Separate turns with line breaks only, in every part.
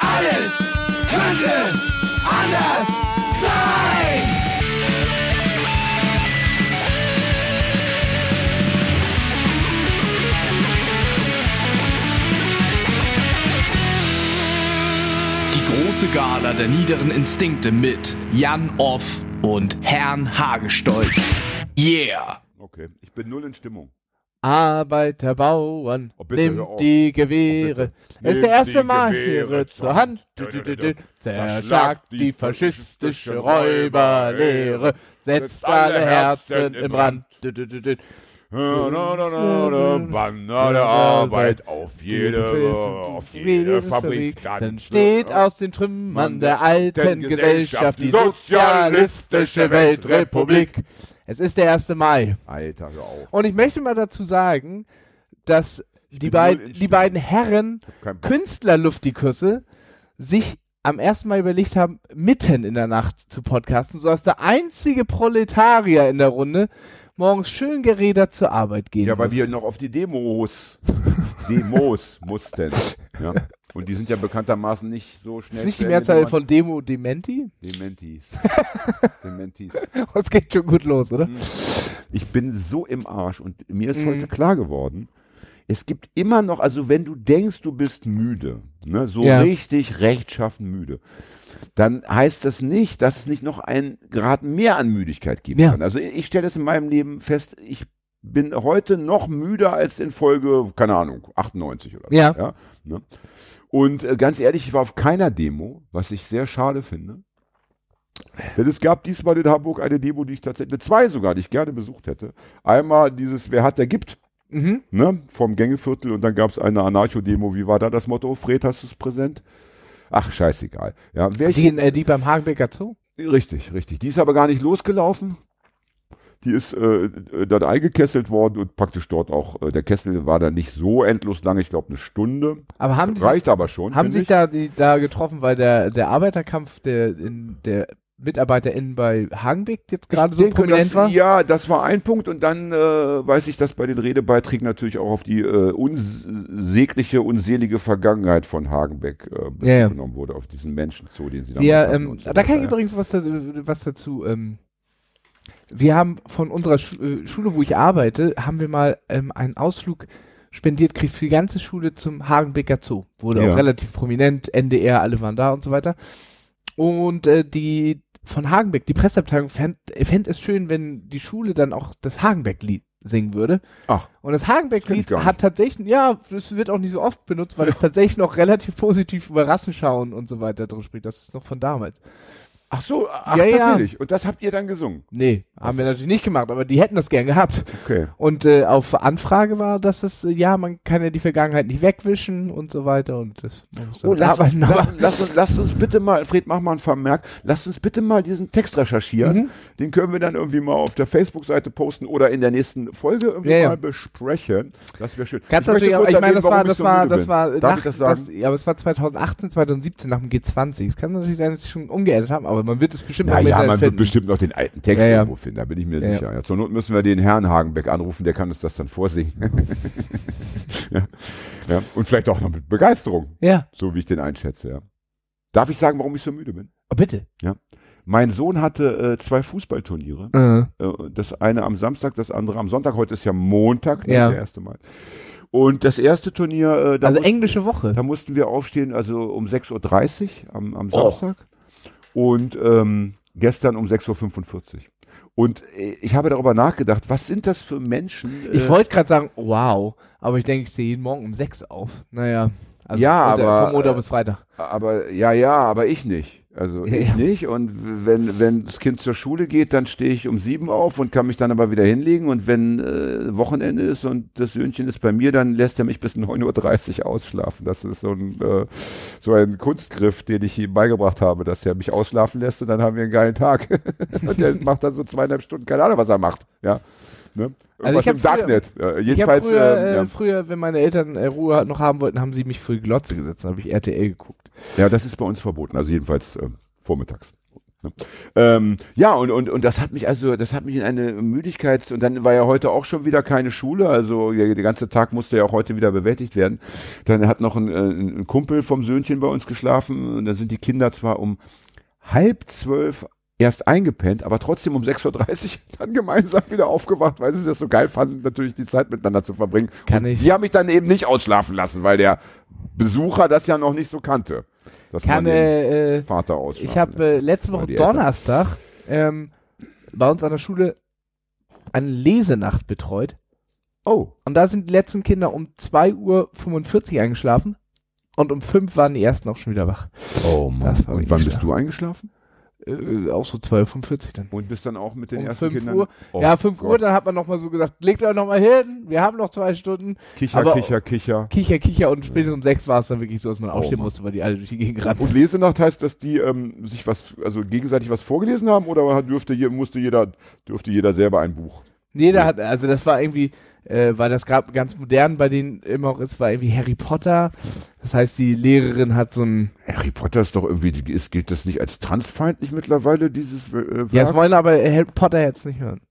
Alles könnte anders sein. Die große Gala der niederen Instinkte mit Jan Off und Herrn Hagestolz. Yeah!
Okay, ich bin null in Stimmung.
Arbeiter, Bauern, nimmt die Gewehre. Es ist der 1. Mai zur Hand. Zerschlagt die faschistische Räuberlehre. Setzt alle Herzen im Brand.
Banner der Arbeit auf jede Fabrik.
Dann steht aus den Trümmern der alten Gesellschaft die sozialistische Weltrepublik. Es ist der 1. Mai.
Alter, hör auf.
Und ich möchte mal dazu sagen, dass die beiden Herren Künstler-Luftiküsse sich am 1. Mai überlegt haben, mitten in der Nacht zu podcasten, so dass der einzige Proletarier in der Runde morgens schön gerädert zur Arbeit gehen
Ja, weil
muss.
wir noch auf die Demos mussten. Ja. Und die sind ja bekanntermaßen nicht so schnell.
Ist nicht die Mehrzahl von Demo Dementi?
Dementis.
Es geht schon gut los, oder?
Ich bin so im Arsch und mir ist heute klar geworden, es gibt immer noch, also wenn du denkst, du bist müde, ne, so richtig rechtschaffen müde, dann heißt das nicht, dass es nicht noch einen Grad mehr an Müdigkeit geben kann. Also ich stelle es in meinem Leben fest, ich bin heute noch müder als in Folge, keine Ahnung, 98 oder so. Ja, ne? Und ganz ehrlich, ich war auf keiner Demo, was ich sehr schade finde. Denn es gab diesmal in Hamburg eine Demo, die ich tatsächlich, zwei sogar, die ich gerne besucht hätte. Einmal dieses Wer hat, der gibt, ne, vom Gängeviertel, und dann gab es eine Anarcho-Demo. Wie war da das Motto? Fred, hast du es präsent? Ach, scheißegal. Ja,
die beim Hagenbecker Zoo?
Richtig. Die ist aber gar nicht losgelaufen. Die ist dann eingekesselt worden und praktisch dort auch, der Kessel war dann nicht so endlos lang, ich glaube eine Stunde.
Aber
reicht aber schon.
Haben sich da getroffen, weil der Arbeiterkampf der MitarbeiterInnen bei Hagenbeck jetzt gerade so prominent war?
Ja, das war ein Punkt, und dann weiß ich, dass bei den Redebeiträgen natürlich auch auf die unsägliche, unselige Vergangenheit von Hagenbeck genommen wurde, auf diesen Menschenzoo, den sie damals
hatten. Da kann ich übrigens was dazu. Wir haben von unserer Schule, wo ich arbeite, haben wir mal einen Ausflug spendiert gekriegt für die ganze Schule zum Hagenbecker Zoo. Wurde auch relativ prominent, NDR, alle waren da und so weiter. Und die von Hagenbeck, die Presseabteilung, fänd es schön, wenn die Schule dann auch das Hagenbeck-Lied singen würde.
Ach.
Und das Hagenbeck-Lied hat tatsächlich, das wird auch nicht so oft benutzt, weil es tatsächlich noch relativ positiv über Rassenschauen und so weiter drin spricht. Das ist noch von damals.
Ach so, natürlich. Und das habt ihr dann gesungen?
Nee, haben wir natürlich nicht gemacht, aber die hätten das gern gehabt.
Okay.
Und auf Anfrage war, dass es, man kann ja die Vergangenheit nicht wegwischen und so weiter. Und das
lass uns bitte mal, Fred, mach mal einen Vermerk, lass uns bitte mal diesen Text recherchieren. Den können wir dann irgendwie mal auf der Facebook-Seite posten oder in der nächsten Folge irgendwie mal besprechen. Das wäre schön.
Ganz natürlich, aber ich meine, das war
Darf ich das sagen?
Aber es war 2018, 2017 nach dem G20. Es kann natürlich sein, dass sie schon umgeändert haben, aber man wird es bestimmt noch
wird bestimmt noch den alten Text irgendwo finden, da bin ich mir sicher. Ja, zur Not müssen wir den Herrn Hagenbeck anrufen, der kann uns das dann vorsingen. Ja. Und vielleicht auch noch mit Begeisterung.
Ja.
So wie ich den einschätze, ja. Darf ich sagen, warum ich so müde bin?
Oh, bitte.
Ja. Mein Sohn hatte 2 Fußballturniere. Das eine am Samstag, das andere am Sonntag. Heute ist ja Montag, der 1. Mai. Und das erste Turnier...
englische Woche.
Da mussten wir aufstehen, also um 6.30 Uhr am Samstag. Und gestern um 6.45 Uhr. Und ich habe darüber nachgedacht, was sind das für Menschen?
Ich wollte gerade sagen, wow, aber ich denke, ich stehe jeden Morgen um 6 auf. Naja, also vom Montag bis Freitag.
Aber ich nicht. Also ich nicht. Und wenn das Kind zur Schule geht, dann stehe ich um 7 auf und kann mich dann aber wieder hinlegen. Und wenn Wochenende ist und das Söhnchen ist bei mir, dann lässt er mich bis 9.30 Uhr ausschlafen. Das ist so ein Kunstgriff, den ich ihm beigebracht habe, dass er mich ausschlafen lässt und dann haben wir einen geilen Tag. Und der macht dann so 2,5 Stunden, keine Ahnung, was er macht. Ja. Ne? Irgendwas im Darknet. Jedenfalls,
früher, wenn meine Eltern Ruhe noch haben wollten, haben sie mich früh Glotze gesetzt, dann habe ich RTL geguckt.
Ja, das ist bei uns verboten, also jedenfalls vormittags. Ja, und das hat mich in eine Müdigkeit, und dann war ja heute auch schon wieder keine Schule, also der ganze Tag musste ja auch heute wieder bewältigt werden. Dann hat noch ein Kumpel vom Söhnchen bei uns geschlafen, und dann sind die Kinder zwar um 11:30 erst eingepennt, aber trotzdem um 6:30 Uhr dann gemeinsam wieder aufgewacht, weil sie das so geil fanden, natürlich die Zeit miteinander zu verbringen. Die haben mich dann eben nicht ausschlafen lassen, weil der Besucher das ja noch nicht so kannte. Dass man den Vater ausschlafen
Ich habe letzte Woche Donnerstag bei uns an der Schule eine Lesenacht betreut.
Oh.
Und da sind die letzten Kinder um 2:45 Uhr eingeschlafen und um 5 waren die ersten auch schon wieder wach.
Oh Mann. Und wann bist du eingeschlafen?
Auch so 2:45 Uhr dann.
Und bist dann auch mit den ersten
5
Kindern?
Uhr.
Oh,
ja, 5 Uhr, dann hat man nochmal so gesagt, legt euch nochmal hin, wir haben noch 2 Stunden.
Kicher.
Kicher und spätestens um 6 war es dann wirklich so, dass man aufstehen musste, weil die alle durch die Gegend rannten.
Und Lesenacht heißt, dass die sich gegenseitig was vorgelesen haben, oder dürfte jeder selber ein Buch?
Nee, das war irgendwie, weil das gerade ganz modern bei denen immer auch ist, war irgendwie Harry Potter. Das heißt, die Lehrerin hat so ein...
Harry Potter ist doch irgendwie, gilt das nicht als transfeindlich mittlerweile, dieses Werk?
Ja, das wollen aber Harry Potter jetzt nicht hören.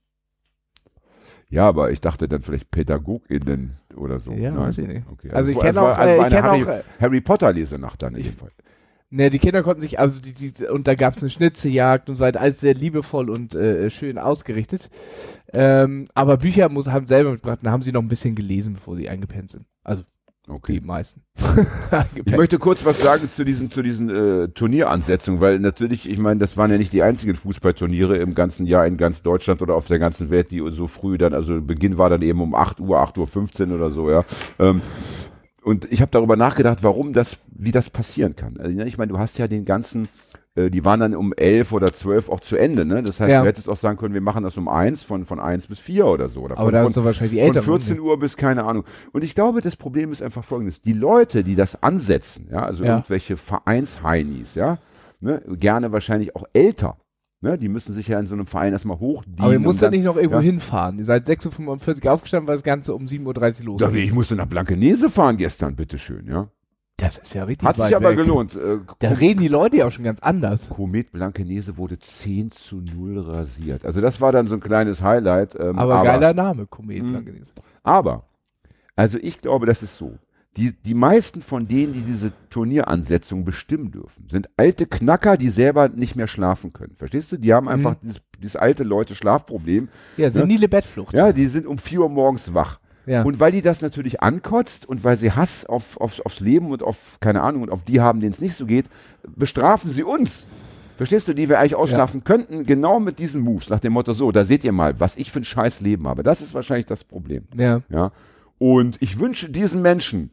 Ja, aber ich dachte dann vielleicht PädagogInnen oder so.
Ja,
Nein.
weiß ich nicht.
Okay.
Also ich kenne auch...
Harry Potter Lesenacht dann in dem Fall.
Ne, die Kinder konnten sich, also und da gab es eine Schnitzejagd und so weiter, alles sehr liebevoll und schön ausgerichtet. Aber Bücher haben selber mitgebracht, da haben sie noch ein bisschen gelesen, bevor sie eingepennt sind. Also die meisten.
Ich möchte kurz was sagen zu diesen Turnieransetzungen, weil natürlich, ich meine, das waren ja nicht die einzigen Fußballturniere im ganzen Jahr in ganz Deutschland oder auf der ganzen Welt, die so früh dann, also Beginn war dann eben um 8:15 Uhr oder so, ja. Und ich habe darüber nachgedacht, wie das passieren kann. Also, ich meine, du hast ja den ganzen, die waren dann um 11 oder 12 auch zu Ende, ne? Das heißt, du hättest auch sagen können, wir machen das um 1, von 1 bis 4 oder so. Oder
aber da ist doch wahrscheinlich die Eltern.
Von 14 Uhr bis keine Ahnung. Und ich glaube, das Problem ist einfach folgendes. Die Leute, die das ansetzen, ja, also irgendwelche Vereinsheinis, ja, ne, gerne wahrscheinlich auch älter. Ne, die müssen sich ja in so einem Verein erstmal hochdienen.
Aber ihr musst ja nicht noch irgendwo hinfahren. Ihr seid 6:45 Uhr aufgestanden, weil das Ganze um 7:30 Uhr losgeht.
Ich musste nach Blankenese fahren gestern, bitteschön, ja.
Das ist ja richtig.
Hat sich aber gelohnt.
Da reden die Leute ja auch schon ganz anders.
Komet Blankenese wurde 10:0 rasiert. Also das war dann so ein kleines Highlight.
Aber geiler Name, Komet Blankenese.
Aber, also ich glaube, das ist so. Die meisten von denen, die diese Turnieransetzung bestimmen dürfen, sind alte Knacker, die selber nicht mehr schlafen können. Verstehst du? Die haben einfach dieses alte Leute-Schlafproblem.
Ja, senile Bettflucht.
Ja, die sind um 4 Uhr morgens wach. Ja. Und weil die das natürlich ankotzt und weil sie Hass aufs Leben und auf, keine Ahnung, und auf die haben, denen es nicht so geht, bestrafen sie uns. Verstehst du, die wir eigentlich ausschlafen könnten, genau mit diesen Moves, nach dem Motto, so, da seht ihr mal, was ich für ein scheiß Leben habe. Das ist wahrscheinlich das Problem. Ja. Und ich wünsche diesen Menschen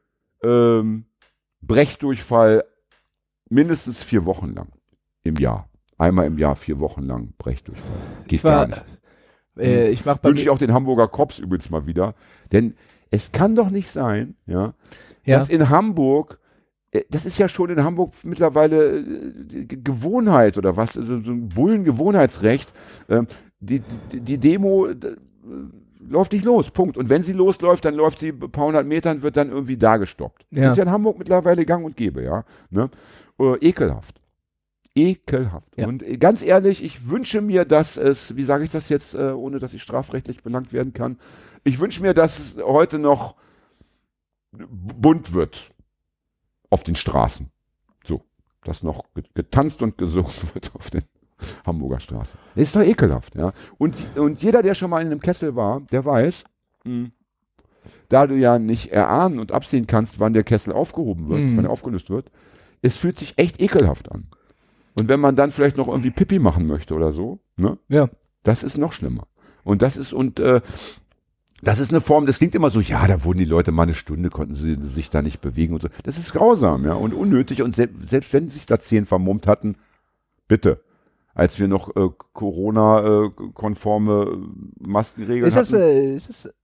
Brechdurchfall mindestens 4 Wochen lang im Jahr. Einmal im Jahr 4 Wochen lang Brechdurchfall. Geht gar nicht. Wünsche ich auch den Hamburger Cops übrigens mal wieder. Denn es kann doch nicht sein, dass in Hamburg, das ist ja schon in Hamburg mittlerweile Gewohnheit oder was, also so ein Bullengewohnheitsrecht. Die Demo läuft nicht los, Punkt. Und wenn sie losläuft, dann läuft sie ein paar hundert Metern, wird dann irgendwie da gestoppt. Das ist ja in Hamburg mittlerweile gang und gäbe, ja. Ne? Ekelhaft. Ja. Und ganz ehrlich, ich wünsche mir, dass es, wie sage ich das jetzt, ohne dass ich strafrechtlich belangt werden kann, ich wünsche mir, dass es heute noch bunt wird auf den Straßen. So, dass noch getanzt und gesungen wird auf den Hamburger Straßen. Ist doch ekelhaft, ja. Und jeder, der schon mal in einem Kessel war, der weiß, da du ja nicht erahnen und absehen kannst, wann der Kessel aufgehoben wird, wann er aufgelöst wird, es fühlt sich echt ekelhaft an. Und wenn man dann vielleicht noch irgendwie Pipi machen möchte oder so, ne? Ja. Das ist noch schlimmer. Und das ist eine Form, das klingt immer so, ja, da wurden die Leute mal eine Stunde, konnten sie sich da nicht bewegen und so. Das ist grausam, ja, und unnötig. Und selbst wenn sich da 10 vermummt hatten, bitte. Als wir noch Corona-konforme Maskenregeln hatten.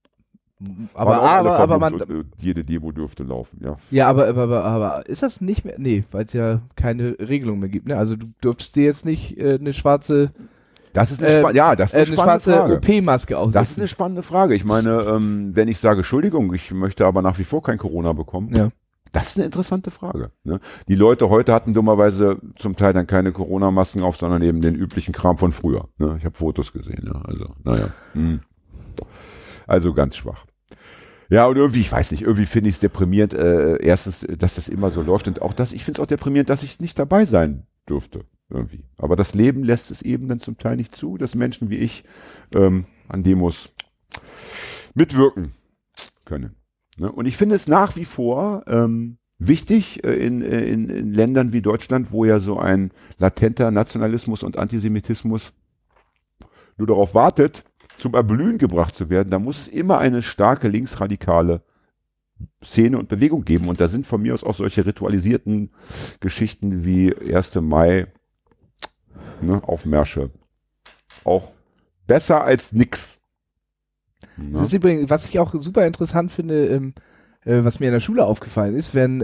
Aber man jede Demo dürfte laufen, ja.
Ja, aber ist das nicht mehr? Nee, weil es ja keine Regelung mehr gibt, ne? Also du dürftest dir jetzt nicht eine schwarze schwarze OP-Maske aussetzen.
Das ist eine spannende Frage. Ich meine, wenn ich sage, Entschuldigung, ich möchte aber nach wie vor kein Corona bekommen, Das ist eine interessante Frage. Ne? Die Leute heute hatten dummerweise zum Teil dann keine Corona-Masken auf, sondern eben den üblichen Kram von früher. Ne? Ich habe Fotos gesehen. Ja. Also, naja. Also ganz schwach. Ja, und irgendwie, ich weiß nicht, irgendwie finde ich es deprimierend, erstens, dass das immer so läuft und auch das, ich finde es auch deprimierend, dass ich nicht dabei sein dürfte. Irgendwie. Aber das Leben lässt es eben dann zum Teil nicht zu, dass Menschen wie ich an Demos mitwirken können. Ne? Und ich finde es nach wie vor wichtig in Ländern wie Deutschland, wo ja so ein latenter Nationalismus und Antisemitismus nur darauf wartet, zum Erblühen gebracht zu werden, da muss es immer eine starke linksradikale Szene und Bewegung geben. Und da sind von mir aus auch solche ritualisierten Geschichten wie 1. Mai, ne, Aufmärsche auch besser als nix.
Das ist übrigens, was ich auch super interessant finde, was mir in der Schule aufgefallen ist, wenn,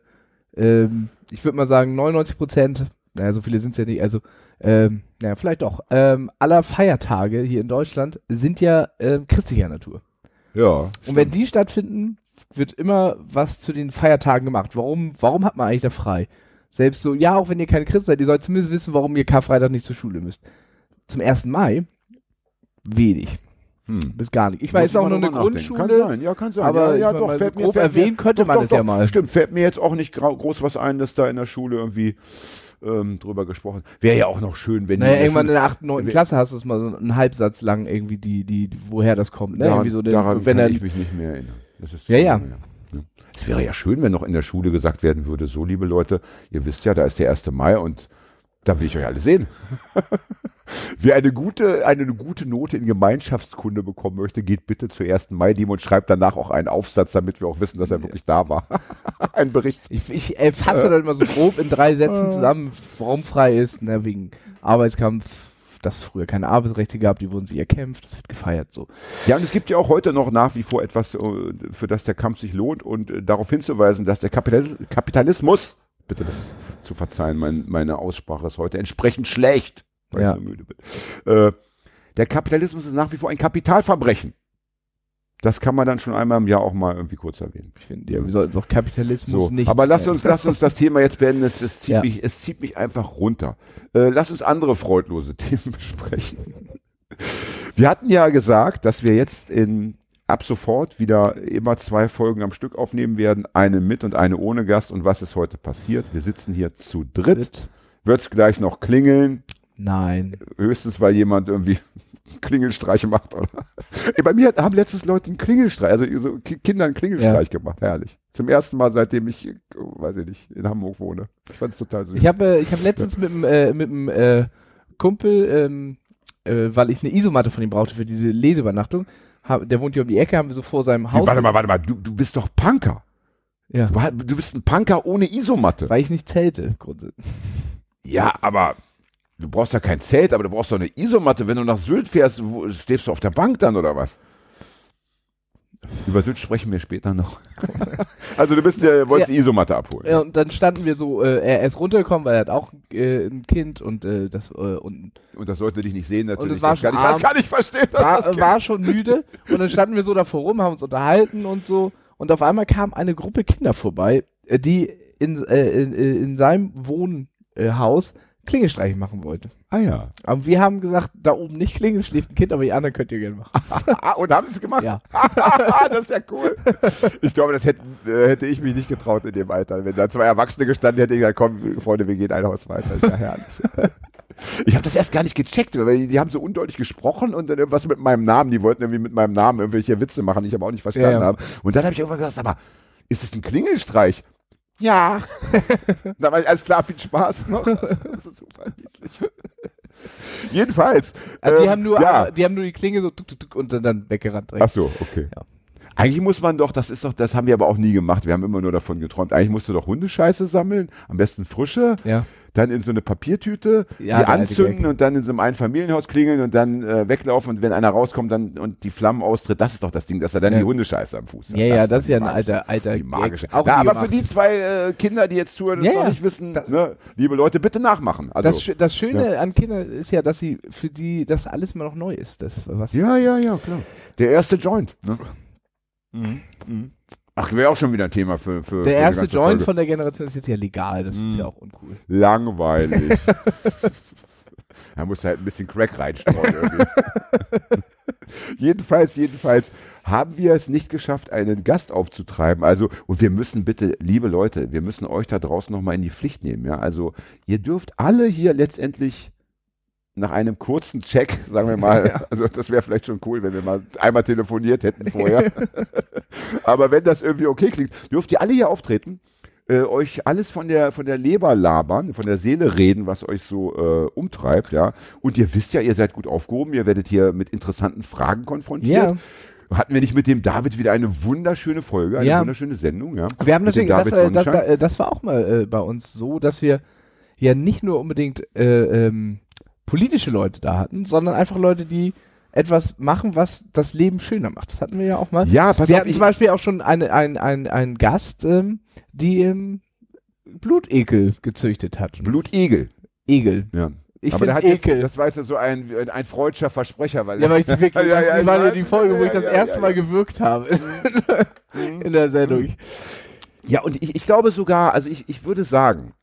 ich würde mal sagen, 99%, naja, so viele sind es ja nicht, also, naja, vielleicht doch, aller Feiertage hier in Deutschland sind ja christlicher Natur.
Ja.
Und wenn die stattfinden, wird immer was zu den Feiertagen gemacht. Warum hat man eigentlich da frei? Selbst so, ja, auch wenn ihr keine Christen seid, ihr sollt zumindest wissen, warum ihr Karfreitag nicht zur Schule müsst. Zum 1. Mai wenig. Bis gar nicht. Ich meine, es ist auch nur eine Grundschule.
Kann sein, ja, kann sein.
Aber
ja,
doch, so grob erwähnen könnte man es ja mal.
Stimmt, fällt mir jetzt auch nicht groß was ein, dass da in der Schule irgendwie drüber gesprochen. Wäre ja auch noch schön, wenn
irgendwann in der 8., 9. Klasse hast du es mal so einen Halbsatz lang irgendwie, die woher das kommt. Ne?
Daran,
so
daran kann ich mich nicht mehr erinnern. Das ist
ja.
Es wäre ja schön, wenn noch in der Schule gesagt werden würde, so liebe Leute, ihr wisst ja, da ist der 1. Mai und da will ich euch alle sehen. Wer eine gute Note in Gemeinschaftskunde bekommen möchte, geht bitte zur 1. Mai-Demo und schreibt danach auch einen Aufsatz, damit wir auch wissen, dass er wirklich da war. Ein Bericht.
Ich fasse dann immer so grob in 3 Sätzen zusammen, warum frei ist, ne, wegen Arbeitskampf, dass es früher keine Arbeitsrechte gab, die wurden sich erkämpft, das wird gefeiert, so.
Ja, und es gibt ja auch heute noch nach wie vor etwas, für das der Kampf sich lohnt und darauf hinzuweisen, dass der Kapitalismus, bitte das zu verzeihen, meine Aussprache ist heute entsprechend schlecht, weil ich so müde bin. Der Kapitalismus ist nach wie vor ein Kapitalverbrechen. Das kann man dann schon einmal im Jahr auch mal irgendwie kurz erwähnen.
Ich finde, ja, wir sollten auch Kapitalismus nicht.
Aber lass uns das Thema jetzt beenden. Es zieht mich einfach runter. Lass uns andere freudlose Themen besprechen. Wir hatten ja gesagt, dass wir jetzt ab sofort wieder immer 2 Folgen am Stück aufnehmen werden. Eine mit und eine ohne Gast. Und was ist heute passiert? Wir sitzen hier zu dritt. Wird es gleich noch klingeln?
Nein.
Höchstens, weil jemand irgendwie Klingelstreiche macht, oder? Bei mir haben letztens Leute einen Klingelstreich, also so Kinder einen Klingelstreich gemacht. Herrlich. Zum ersten Mal, seitdem ich, weiß ich nicht, in Hamburg wohne. Ich fand es total süß.
Ich hab letztens mit einem Kumpel, weil ich eine Isomatte von ihm brauchte für diese Leseübernachtung, der wohnt hier um die Ecke, haben wir so vor seinem Haus.
Warte mal, du bist doch Punker.
Ja.
Du bist ein Punker ohne Isomatte.
Weil ich nicht zelte, grundsätzlich.
Ja, aber du brauchst ja kein Zelt, aber du brauchst doch eine Isomatte. Wenn du nach Sylt fährst, stehst du auf der Bank dann oder was? Über Sylt sprechen wir später noch. Also du wolltest die Isomatte abholen.
Ja, und dann standen wir so, er ist runtergekommen, weil er hat auch ein Kind und das und das
sollte dich nicht sehen natürlich.
Und es war schon
das kann ich verstehen.
War schon müde und dann standen wir so davor rum, haben uns unterhalten und so und auf einmal kam eine Gruppe Kinder vorbei, die in seinem Wohnhaus Klingelstreiche machen wollte.
Ah ja.
Aber wir haben gesagt, da oben nicht klingeln, schläft ein Kind, aber die anderen könnt ihr gerne machen.
Und haben sie es gemacht?
Ja.
Das ist ja cool. Ich glaube, das hätte ich mich nicht getraut in dem Alter. Wenn da 2 Erwachsene gestanden hätte, ich gesagt, komm, Freunde, wir gehen ein Haus weiter. Das ist ja herrlich. Ich habe das erst gar nicht gecheckt, weil die haben so undeutlich gesprochen und dann irgendwas mit meinem Namen. Die wollten irgendwie mit meinem Namen irgendwelche Witze machen, die ich aber auch nicht verstanden habe. Und dann habe ich irgendwann gesagt, aber ist es ein Klingelstreich? Ja. Da war ich, alles klar, viel Spaß noch. Das ist super niedlich. Jedenfalls.
Also die haben nur die Klinge so tuk, tuk, tuk, und dann weggerannt direkt.
Ach so, okay.
Ja.
Eigentlich muss man doch, das haben wir aber auch nie gemacht, wir haben immer nur davon geträumt, eigentlich musst du doch Hundescheiße sammeln, am besten frische, dann in so eine Papiertüte, die anzünden und dann in so einem Einfamilienhaus klingeln und dann weglaufen und wenn einer rauskommt dann und die Flammen austritt, das ist doch das Ding, dass er dann die Hundescheiße am Fuß hat.
Ja, das ist ja ein alter
magische. Aber für die 2 Kinder, die jetzt zuhören und es noch nicht wissen, ne, liebe Leute, bitte nachmachen. Also,
das Schöne an Kindern ist ja, dass für die das alles immer noch neu ist.
Ja, klar. Der erste Joint, ne? Ach, wäre auch schon wieder ein Thema für
Der erste
ganze
Joint
Folge.
von der Generation ist jetzt ja legal, das ist ja auch uncool.
Langweilig. Da muss halt ein bisschen Crack reinstreuen irgendwie. Jedenfalls haben wir es nicht geschafft, einen Gast aufzutreiben. Also, und wir müssen bitte, liebe Leute, wir müssen euch da draußen nochmal in die Pflicht nehmen. Ja? Also, ihr dürft alle hier letztendlich nach einem kurzen Check, sagen wir mal, also das wäre vielleicht schon cool, wenn wir mal einmal telefoniert hätten vorher. Aber wenn das irgendwie okay klingt, dürft ihr alle hier auftreten. Euch alles von der Leber labern, von der Seele reden, was euch so umtreibt, ja. Und ihr wisst ja, ihr seid gut aufgehoben, ihr werdet hier mit interessanten Fragen konfrontiert. Ja. Hatten wir nicht mit dem David wieder eine wunderschöne Folge, eine wunderschöne Sendung, ja.
Wir haben natürlich, das war auch mal bei uns so, dass wir ja nicht nur unbedingt politische Leute da hatten, sondern einfach Leute, die etwas machen, was das Leben schöner macht. Das hatten wir ja auch mal.
Ja, pass auf.
Wir hatten zum Beispiel auch schon einen Gast, die Blutegel gezüchtet hat.
Blutegel.
Egel.
Ja.
Ich
aber
finde Ekel.
Das war jetzt so ein freudscher Versprecher. Weil
ich die wirklich, das war ja die Folge, wo ich das erste Mal gewürgt habe in der Sendung.
Ja, und ich glaube sogar, also ich würde sagen,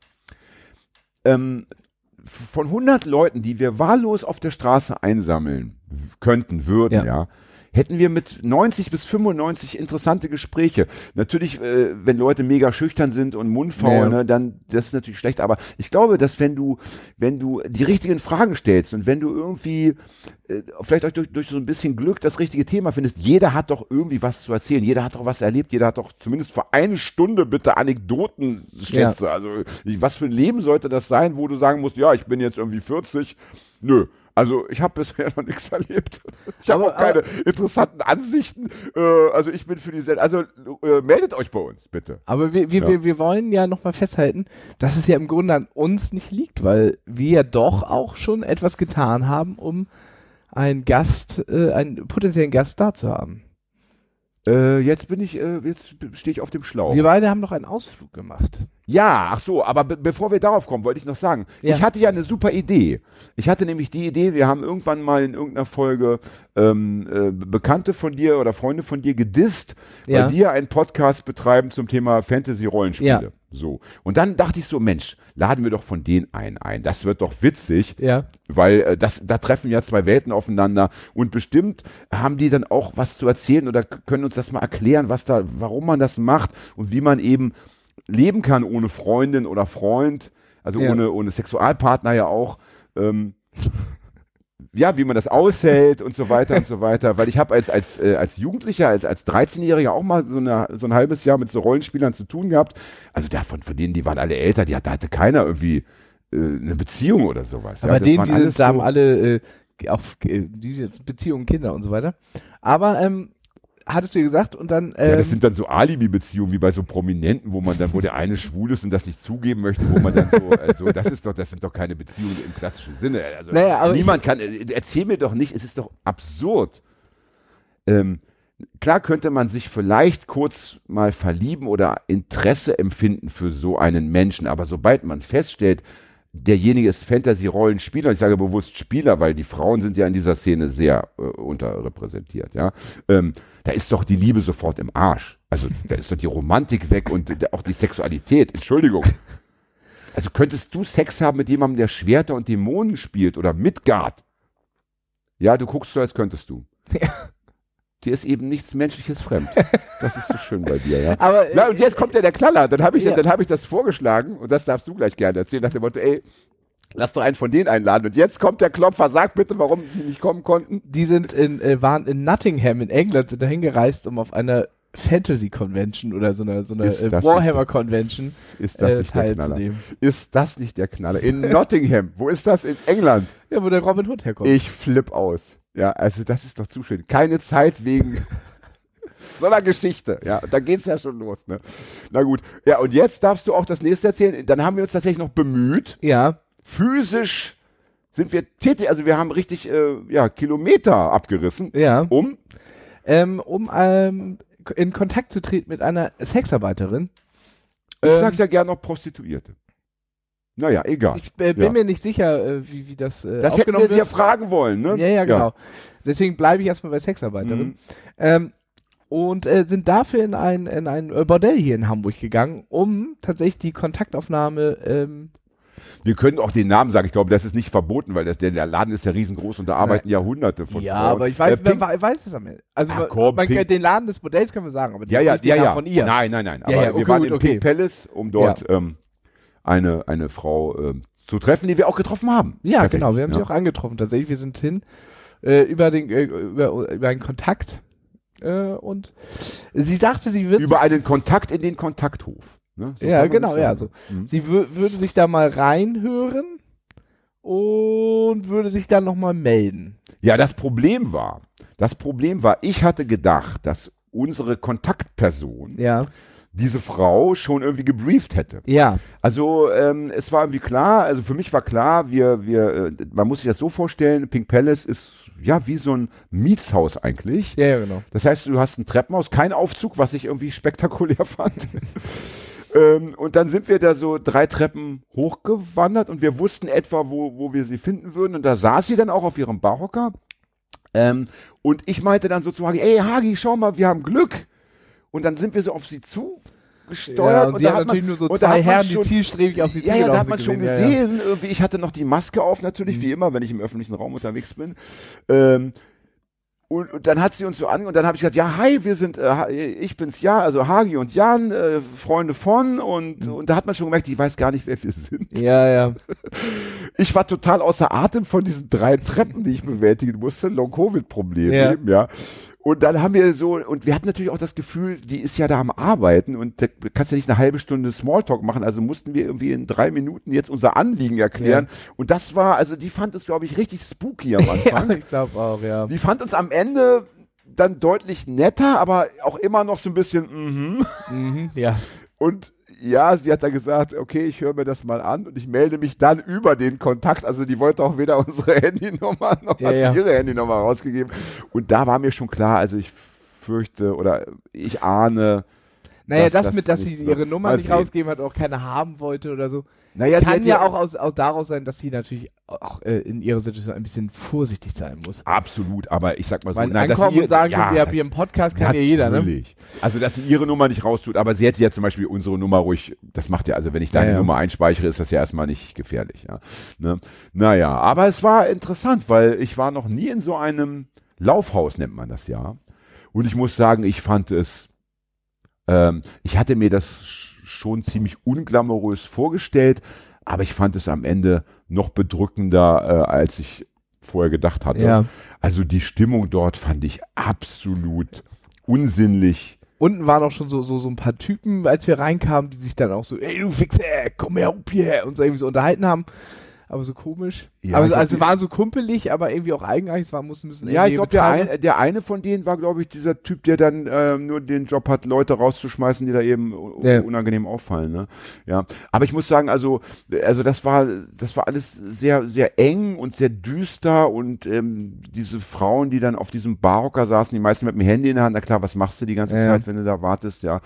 von 100 Leuten, die wir wahllos auf der Straße einsammeln würden, hätten wir mit 90 bis 95 interessante Gespräche. Natürlich, wenn Leute mega schüchtern sind und mundfaul, ne, dann das ist natürlich schlecht. Aber ich glaube, dass wenn du die richtigen Fragen stellst und wenn du irgendwie vielleicht auch durch so ein bisschen Glück das richtige Thema findest, jeder hat doch irgendwie was zu erzählen, jeder hat doch was erlebt, jeder hat doch zumindest für eine Stunde bitte Anekdotenschätze. Ja. Also was für ein Leben sollte das sein, wo du sagen musst, ja, ich bin jetzt irgendwie 40, nö. Also ich habe bisher noch nichts erlebt. Ich habe auch keine interessanten Ansichten. Also ich bin für die Sendung. Also meldet euch bei uns, bitte.
Aber wir wollen ja nochmal festhalten, dass es ja im Grunde an uns nicht liegt, weil wir ja doch auch schon etwas getan haben, um einen potenziellen Gast da zu haben.
Jetzt stehe ich auf dem Schlauch.
Wir beide haben noch einen Ausflug gemacht.
Ja, ach so, aber bevor wir darauf kommen, wollte ich noch sagen, ich hatte ja eine super Idee. Ich hatte nämlich die Idee, wir haben irgendwann mal in irgendeiner Folge Bekannte von dir oder Freunde von dir gedisst, weil die ja einen Podcast betreiben zum Thema Fantasy-Rollenspiele. Ja. So. Und dann dachte ich so, Mensch, laden wir doch von denen ein. Das wird doch witzig, weil da treffen ja zwei Welten aufeinander und bestimmt haben die dann auch was zu erzählen oder können uns das mal erklären, warum man das macht und wie man eben leben kann ohne Freundin oder Freund, also ohne Sexualpartner ja auch, wie man das aushält und so weiter und so weiter, weil ich habe als Jugendlicher, als 13-Jähriger auch mal so ein halbes Jahr mit so Rollenspielern zu tun gehabt, also von denen, die waren alle älter, da hatte keiner irgendwie eine Beziehung oder sowas.
Aber da haben alle auch diese Beziehungen, Kinder und so weiter, aber hattest du gesagt und dann
das sind dann so Alibi-Beziehungen wie bei so Prominenten, wo der eine schwul ist und das nicht zugeben möchte, wo man dann so, das sind doch keine Beziehungen im klassischen Sinne. Also niemand kann, erzähl mir doch nicht, es ist doch absurd. Klar könnte man sich vielleicht kurz mal verlieben oder Interesse empfinden für so einen Menschen, aber sobald man feststellt, derjenige ist Fantasy-Rollenspieler, ich sage bewusst Spieler, weil die Frauen sind ja in dieser Szene sehr unterrepräsentiert, ja. Da ist doch die Liebe sofort im Arsch. Also da ist doch die Romantik weg und auch die Sexualität, Entschuldigung. Also könntest du Sex haben mit jemandem, der Schwerter und Dämonen spielt oder Midgard? Ja, du guckst so, als könntest du. Ja. Dir ist eben nichts Menschliches fremd. Das ist so schön bei dir, ja. Aber, und jetzt kommt ja der Knaller. Dann habe ich das vorgeschlagen und das darfst du gleich gerne erzählen, nach dem Motto, ey, lass doch einen von denen einladen. Und jetzt kommt der Klopfer, sag bitte, warum die nicht kommen konnten.
Die waren in Nottingham in England, sind dahin gereist, um auf einer Fantasy-Convention oder so eine Warhammer-Convention teilzunehmen.
Ist das nicht der Knaller? In Nottingham, wo ist das? In England?
Ja, wo der Robin Hood herkommt.
Ich flipp aus. Ja, also das ist doch zu schön. Keine Zeit wegen so einer Geschichte. Ja, da geht's ja schon los, ne? Na gut. Ja, und jetzt darfst du auch das nächste erzählen. Dann haben wir uns tatsächlich noch bemüht.
Ja.
Physisch sind wir tätig, also wir haben richtig Kilometer abgerissen.
Ja.
Um
in Kontakt zu treten mit einer Sexarbeiterin.
Ich sag ja gerne noch Prostituierte. Naja, egal.
Ich bin mir nicht sicher, wie das
das hätten wir sie ja fragen wollen, ne?
Ja, genau. Deswegen bleibe ich erstmal bei Sexarbeiterin. und sind dafür in ein Bordell hier in Hamburg gegangen, um tatsächlich die Kontaktaufnahme
Wir können auch den Namen sagen, ich glaube, das ist nicht verboten, weil der Laden ist ja riesengroß und da arbeiten ja Hunderte von
ja,
Frauen.
aber ich weiß, wer weiß es am Ende. Also den Laden des Bordells können wir sagen, aber nicht den Namen von ihr.
Nein. Aber
Ja,
wir waren im Pink Palace, um dort eine Frau zu treffen, die wir auch getroffen haben.
Ja, genau, wir haben sie auch angetroffen. Tatsächlich, wir sind hin über einen Kontakt und sie sagte, sie wird...
Über einen Kontakt in den Kontakthof. Ne? So
ja, genau, ja. So. Sie würde sich da mal reinhören und würde sich dann nochmal melden.
Ja, das Problem war, ich hatte gedacht, dass unsere Kontaktperson diese Frau schon irgendwie gebrieft hätte.
Ja.
Also es war irgendwie klar, also für mich war klar, man muss sich das so vorstellen, Pink Palace ist ja wie so ein Mietshaus eigentlich.
Ja, genau.
Das heißt, du hast ein Treppenhaus, kein Aufzug, was ich irgendwie spektakulär fand. Und dann sind wir da so 3 Treppen hochgewandert und wir wussten etwa, wo wir sie finden würden. Und da saß sie dann auch auf ihrem Barhocker. Und ich meinte dann so zu Hagi, ey Hagi, schau mal, wir haben Glück. Und dann sind wir so auf sie zugesteuert.
Ja, und sie hat natürlich nur so 2 Herren, die zielstrebig auf sie zugelaufen sind.
Ja, da hat man schon gesehen. Irgendwie, ich hatte noch die Maske auf natürlich, wie immer, wenn ich im öffentlichen Raum unterwegs bin. Und dann hat sie uns so und dann habe ich gesagt, ja, hi, wir sind, ich bin's also Hagi und Jan, Freunde von und da hat man schon gemerkt, die weiß gar nicht, wer wir sind.
Ja.
Ich war total außer Atem von diesen 3 Treppen, die ich bewältigen musste, Long-Covid-Problem eben, ja. Und dann haben wir und wir hatten natürlich auch das Gefühl, die ist ja da am Arbeiten und da kannst ja nicht eine halbe Stunde Smalltalk machen, also mussten wir irgendwie in 3 Minuten jetzt unser Anliegen erklären. Ja. Und das war, also die fand es, glaube ich, richtig spooky am Anfang.
Ja, ich glaube auch, ja.
Die fand uns am Ende dann deutlich netter, aber auch immer noch so ein bisschen,
ja.
Und ja, sie hat dann gesagt, okay, ich höre mir das mal an und ich melde mich dann über den Kontakt. Also die wollte auch weder unsere Handynummer noch hat sie ihre Handynummer rausgegeben. Und da war mir schon klar, also ich fürchte oder ich ahne.
Naja, dass sie ihre Nummer nicht rausgeben hat, auch keine haben wollte oder so.
Naja,
kann ja auch daraus sein, dass sie natürlich auch in ihrer Situation ein bisschen vorsichtig sein muss.
Absolut, aber ich sag mal so,
und sagen, wir haben hier einen Podcast, kann ja jeder, ne?
Also, dass sie ihre Nummer nicht raustut, aber sie hätte ja zum Beispiel unsere Nummer ruhig, das macht ja, also wenn ich deine Nummer einspeichere, ist das ja erstmal nicht gefährlich, ja. Ne? Naja, aber es war interessant, weil ich war noch nie in so einem Laufhaus, nennt man das ja. Und ich muss sagen, ich fand es, ich hatte mir das schon ziemlich unglamourös vorgestellt, aber ich fand es am Ende noch bedrückender, als ich vorher gedacht hatte.
Ja.
Also die Stimmung dort fand ich absolut unsinnlich.
Unten waren auch schon so ein paar Typen, als wir reinkamen, die sich dann auch so, ey du Fixer, komm her, hier, und so irgendwie so unterhalten haben. Aber so komisch.
Ja,
aber also waren so kumpelig, aber irgendwie auch eigenartig war, müssen
ja, ich glaube, der eine von denen war, glaube ich, dieser Typ, der dann nur den Job hat, Leute rauszuschmeißen, die da eben unangenehm auffallen. Ne? Ja, aber ich muss sagen, also das war alles sehr, sehr eng und sehr düster und diese Frauen, die dann auf diesem Barhocker saßen, die meisten mit dem Handy in der Hand, na klar, was machst du die ganze Zeit, wenn du da wartest, ja.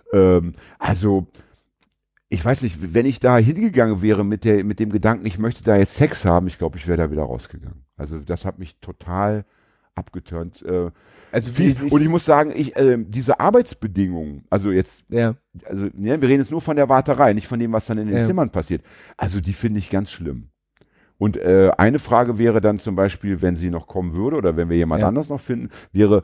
Also ich weiß nicht, wenn ich da hingegangen wäre mit dem Gedanken, ich möchte da jetzt Sex haben, ich glaube, ich wäre da wieder rausgegangen. Also das hat mich total abgeturnt. Und ich muss sagen, diese Arbeitsbedingungen, also jetzt, wir reden jetzt nur von der Warterei, nicht von dem, was dann in den Zimmern passiert. Also die finde ich ganz schlimm. Und eine Frage wäre dann zum Beispiel, wenn sie noch kommen würde oder wenn wir jemand anders noch finden, wäre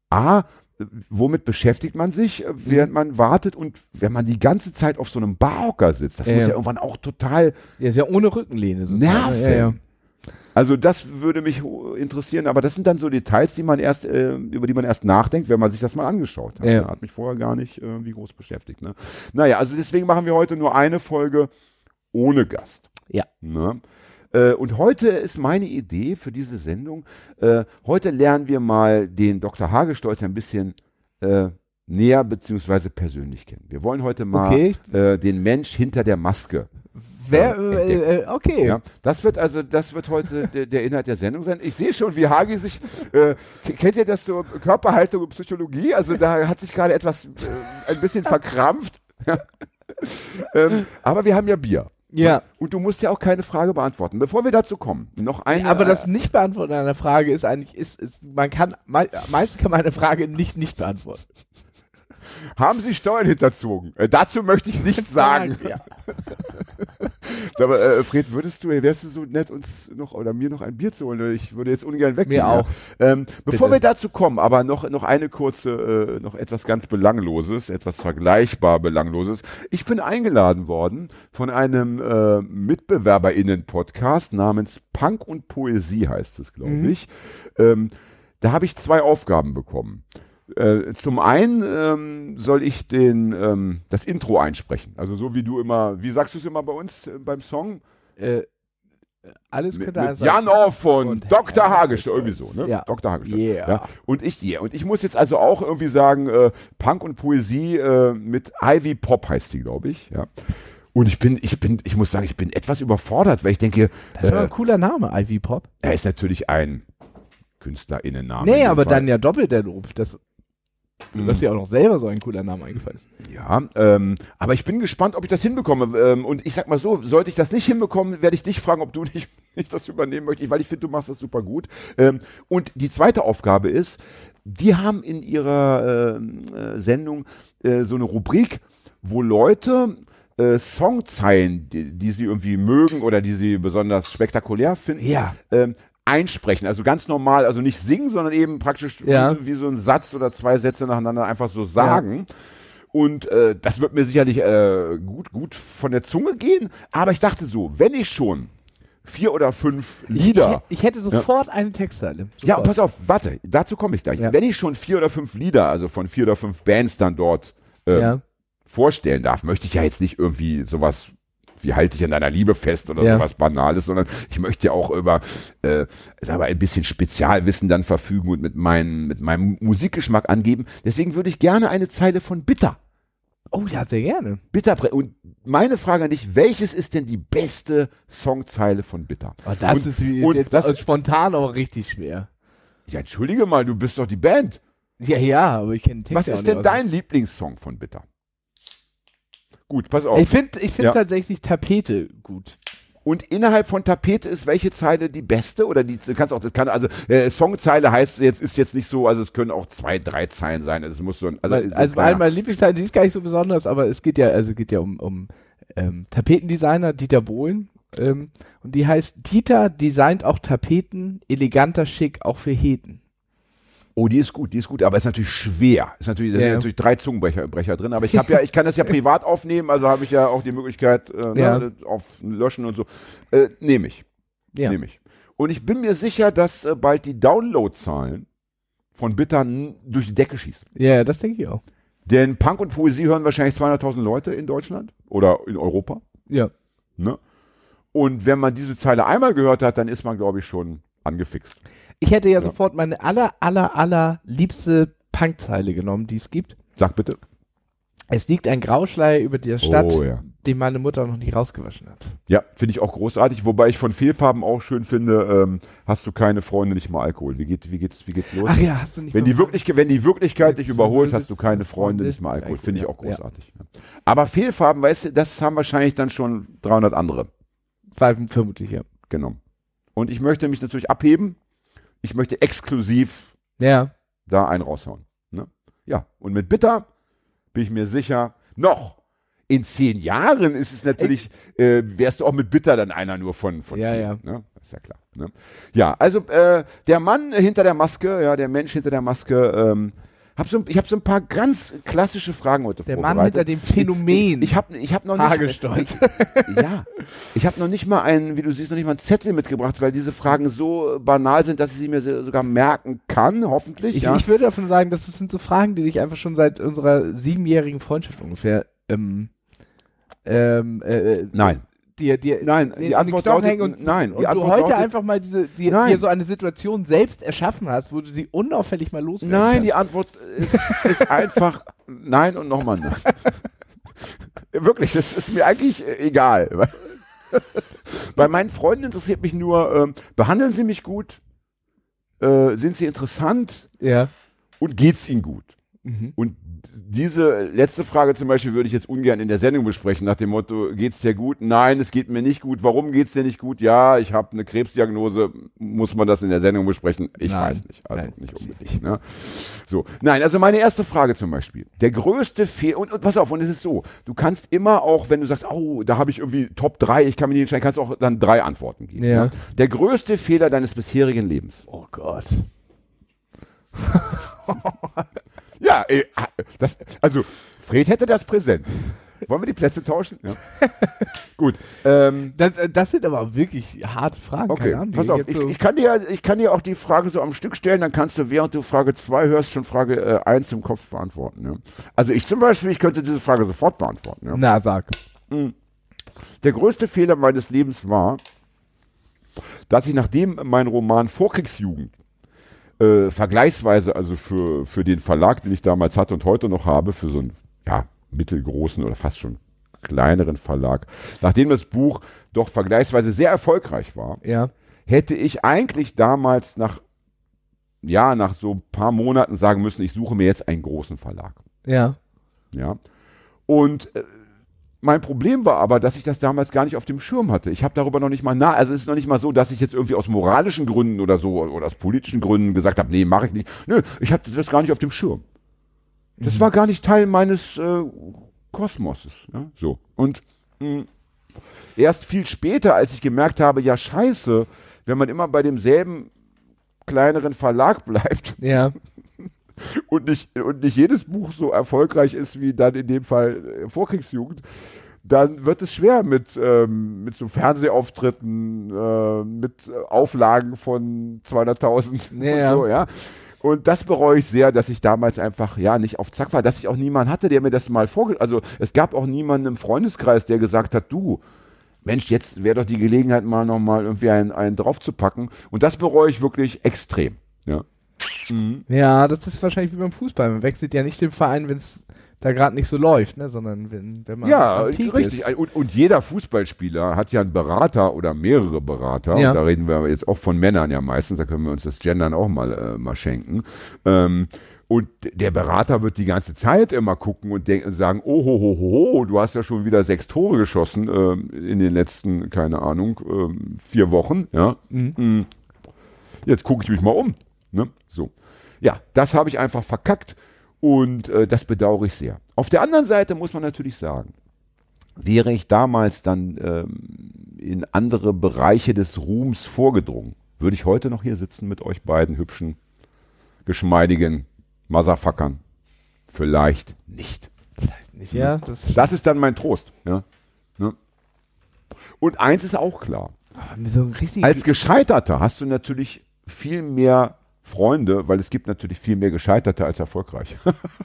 womit beschäftigt man sich, während man wartet und wenn man die ganze Zeit auf so einem Barhocker sitzt? Das muss ja irgendwann auch total...
Ja, ist ja ohne Rückenlehne.
Nerven. Ja. Also das würde mich interessieren, aber das sind dann so Details, die man über die man erst nachdenkt, wenn man sich das mal angeschaut hat. Ja. Hat mich vorher gar nicht wie groß beschäftigt. Ne? Naja, also deswegen machen wir heute nur eine Folge ohne Gast.
Ja.
Ne? Und heute ist meine Idee für diese Sendung, heute lernen wir mal den Dr. Hagestolz ein bisschen näher bzw. persönlich kennen. Wir wollen heute mal den Mensch hinter der Maske
okay.
Ja, das wird heute der Inhalt der Sendung sein. Ich sehe schon, wie Hagi sich, kennt ihr das so, Körperhaltung und Psychologie? Also da hat sich gerade etwas ein bisschen verkrampft. Aber wir haben ja Bier.
Ja.
Und du musst ja auch keine Frage beantworten. Bevor wir dazu kommen, noch eine...
Aber das Nicht-Beantworten einer Frage ist eigentlich, meistens kann man eine Frage nicht beantworten.
Haben Sie Steuern hinterzogen? Dazu möchte ich nichts sagen.
Ja.
Sag mal, Fred, wärst du so nett, uns noch oder mir noch ein Bier zu holen? Ich würde jetzt ungern weggehen.
Mir auch.
Bevor wir dazu kommen, aber noch eine kurze, noch etwas ganz Belangloses, etwas vergleichbar Belangloses. Ich bin eingeladen worden von einem MitbewerberInnen-Podcast namens Punk und Poesie, heißt es, glaube ich. Da habe ich 2 Aufgaben bekommen. Zum einen soll ich das Intro einsprechen. Also so wie du immer, wie sagst du es immer bei uns beim Song?
Alles könnte
mit
sein.
Jan Off und Dr. Hagestolz, irgendwie so, ne?
Ja.
Dr. Hagestolz.
Yeah.
Ja. Und ich muss jetzt also auch irgendwie sagen, Punk und Poesie mit Ivy Pop heißt die, glaube ich, ja. Und ich muss sagen, ich bin etwas überfordert, weil ich denke,
Das ist aber ein cooler Name, Ivy Pop.
er ist natürlich ein KünstlerInnenname.
Nee,
in dem
aber
Fall.
dann ja doppelt der Lob. Dass dir auch noch selber so ein cooler Name eingefallen ist.
Ja, aber ich bin gespannt, ob ich das hinbekomme. Und ich sag mal so, sollte ich das nicht hinbekommen, werde ich dich fragen, ob du nicht das übernehmen möchtest, weil ich finde, du machst das super gut. Und die zweite Aufgabe ist, die haben in ihrer Sendung so eine Rubrik, wo Leute Songzeilen, die sie irgendwie mögen oder die sie besonders spektakulär finden, einsprechen, also ganz normal, also nicht singen, sondern eben praktisch wie so ein Satz oder 2 Sätze nacheinander einfach so sagen. Und das wird mir sicherlich gut von der Zunge gehen, aber ich dachte so, wenn ich schon 4 oder 5 Lieder...
Ich hätte sofort eine Textzeile. Sofort.
Ja, pass auf, warte, dazu komme ich gleich.
Ja.
Wenn ich schon 4 oder 5 Lieder, also von 4 oder 5 Bands dann dort vorstellen darf, möchte ich ja jetzt nicht irgendwie sowas... Wie halte ich an deiner Liebe fest oder sowas Banales, sondern ich möchte ja auch über ein bisschen Spezialwissen dann verfügen und mit meinem Musikgeschmack angeben. Deswegen würde ich gerne eine Zeile von Bitter.
Oh ja, sehr gerne.
Bitter. Und meine Frage an dich, welches ist denn die beste Songzeile von Bitter?
Oh, das ist jetzt spontan aber richtig schwer.
Ja, entschuldige mal, du bist doch die Band.
Ja, aber ich kenne den Text.
Was ist denn dein Lieblingssong von Bitter? Gut, pass auf.
Ich finde tatsächlich Tapete gut.
Und innerhalb von Tapete ist welche Zeile die beste? Oder Songzeile heißt ist jetzt nicht so, also es können auch 2, 3 Zeilen sein. Also es muss so
meine Lieblingszeile, die ist gar nicht so besonders, aber es geht ja um Tapetendesigner Dieter Bohlen. Und die heißt, Dieter designt auch Tapeten, eleganter schick, auch für Heten.
Oh, die ist gut, aber ist natürlich schwer. Da sind natürlich 3 Zungenbrecher drin, aber ich kann das ja privat aufnehmen, also habe ich ja auch die Möglichkeit auf Löschen und so. Nehme ich. Und ich bin mir sicher, dass bald die Downloadzahlen von Bitter durch die Decke schießen.
Ja, das denke ich auch.
Denn Punk und Poesie hören wahrscheinlich 200.000 Leute in Deutschland oder in Europa.
Ja.
Ne? Und wenn man diese Zeile einmal gehört hat, dann ist man, glaube ich, schon angefixt.
Ich hätte ja sofort meine aller liebste Punkzeile genommen, die es gibt.
Sag bitte.
Es liegt ein Grauschleier über der Stadt, den meine Mutter noch nicht rausgewaschen hat.
Ja, finde ich auch großartig, wobei ich von Fehlfarben auch schön finde, hast du keine Freunde, nicht mal Alkohol. Wie geht's los?
Ach ja, hast du nicht
wenn die Wirklichkeit dich überholt, hast du keine Freunde, nicht mal Alkohol. Finde ich auch großartig. Ja. Aber Fehlfarben, weißt du, das haben wahrscheinlich dann schon 300 andere.
Vermutlich, ja.
Genau. Und ich möchte mich natürlich abheben. Ich möchte exklusiv da einen raushauen. Ne? Ja, und mit Bitter bin ich mir sicher, noch in 10 Jahren ist es natürlich, wärst du auch mit Bitter dann einer nur von
ja.
Ne? Ist ja klar. Ne? Ja, also der Mann hinter der Maske, der Mensch hinter der Maske, ich habe so ein paar ganz klassische Fragen heute
vorbereitet. Der
Mann
hinter dem Phänomen.
Ich hab noch nicht.
Hagestolz.
Ich habe noch nicht mal einen Zettel mitgebracht, weil diese Fragen so banal sind, dass ich sie mir sogar merken kann, hoffentlich.
Ich würde davon sagen, das sind so Fragen, die sich einfach schon seit unserer 7-jährigen Freundschaft ungefähr
Nein.
Die
Antwort lautet nein.
Und du heute einfach mal dir so eine Situation selbst erschaffen hast, wo du sie unauffällig mal loswerden kannst.
Nein, die Antwort ist einfach nein und nochmal nein. Wirklich, das ist mir eigentlich egal. Bei meinen Freunden interessiert mich nur, behandeln sie mich gut? Sind sie interessant?
Ja.
Und geht's ihnen gut? Und diese letzte Frage zum Beispiel würde ich jetzt ungern in der Sendung besprechen, nach dem Motto, geht's dir gut? Nein, es geht mir nicht gut. Warum geht's dir nicht gut? Ja, ich habe eine Krebsdiagnose. Muss man das in der Sendung besprechen? Ich weiß nicht. Also nicht unbedingt. Ne? So. Nein, also meine erste Frage zum Beispiel. Der größte Fehler, und pass auf, und es ist so, du kannst immer auch, wenn du sagst, oh, da habe ich irgendwie Top 3, ich kann mir nicht entscheiden, kannst du auch dann 3 Antworten geben.
Ja.
Ne? Der größte Fehler deines bisherigen Lebens.
Oh Gott.
Ja, also Fred hätte das präsent. Wollen wir die Plätze tauschen? Ja. Gut.
Das sind aber wirklich harte Fragen.
Okay,
keine Ahnung,
pass auf. Ich kann dir auch die Frage so am Stück stellen, dann kannst du, während du Frage 2 hörst, schon Frage 1 im Kopf beantworten. Ja. Also ich zum Beispiel, ich könnte diese Frage sofort beantworten. Ja.
Na, sag.
Der größte Fehler meines Lebens war, dass ich nachdem mein Roman Vorkriegsjugend vergleichsweise, also für den Verlag, den ich damals hatte und heute noch habe, für so einen mittelgroßen oder fast schon kleineren Verlag, nachdem das Buch doch vergleichsweise sehr erfolgreich war, hätte ich eigentlich damals nach so ein paar Monaten sagen müssen, ich suche mir jetzt einen großen Verlag.
Ja.
Ja. Und mein Problem war aber, dass ich das damals gar nicht auf dem Schirm hatte. Ich habe darüber noch nicht mal also es ist noch nicht mal so, dass ich jetzt irgendwie aus moralischen Gründen oder so oder aus politischen Gründen gesagt habe, nee, mache ich nicht. Nö, ich hatte das gar nicht auf dem Schirm. Das war gar nicht Teil meines Kosmoses. Ja? So. Und erst viel später, als ich gemerkt habe, ja scheiße, wenn man immer bei demselben kleineren Verlag bleibt, und nicht jedes Buch so erfolgreich ist wie dann in dem Fall Vorkriegsjugend, dann wird es schwer mit so Fernsehauftritten, mit Auflagen von 200.000 und so, ja. Und das bereue ich sehr, dass ich damals einfach, nicht auf Zack war, dass ich auch niemanden hatte, der mir das mal also es gab auch niemanden im Freundeskreis, der gesagt hat, du, Mensch, jetzt wäre doch die Gelegenheit mal nochmal irgendwie einen draufzupacken. Und das bereue ich wirklich extrem, ja.
Ja, das ist wahrscheinlich wie beim Fußball. Man wechselt ja nicht den Verein, wenn es da gerade nicht so läuft, ne? Sondern wenn man am Peak
richtig.
ist.
Und jeder Fußballspieler hat ja einen Berater oder mehrere Berater.
Ja.
Und da reden wir jetzt auch von Männern ja meistens. Da können wir uns das Gendern auch mal schenken. Und der Berater wird die ganze Zeit immer gucken und sagen, oh, du hast ja schon wieder 6 Tore geschossen in den letzten, keine Ahnung, 4 Wochen. Ja. Jetzt gucke ich mich mal um. Ne? So. Ja, das habe ich einfach verkackt und das bedauere ich sehr. Auf der anderen Seite muss man natürlich sagen, wäre ich damals dann in andere Bereiche des Ruhms vorgedrungen, würde ich heute noch hier sitzen mit euch beiden hübschen, geschmeidigen Motherfuckern? Vielleicht nicht.
Ja,
das ist dann mein Trost. Ja? Ne? Und eins ist auch klar.
So
als Gescheiterter hast du natürlich viel mehr Freunde, weil es gibt natürlich viel mehr Gescheiterte als erfolgreich.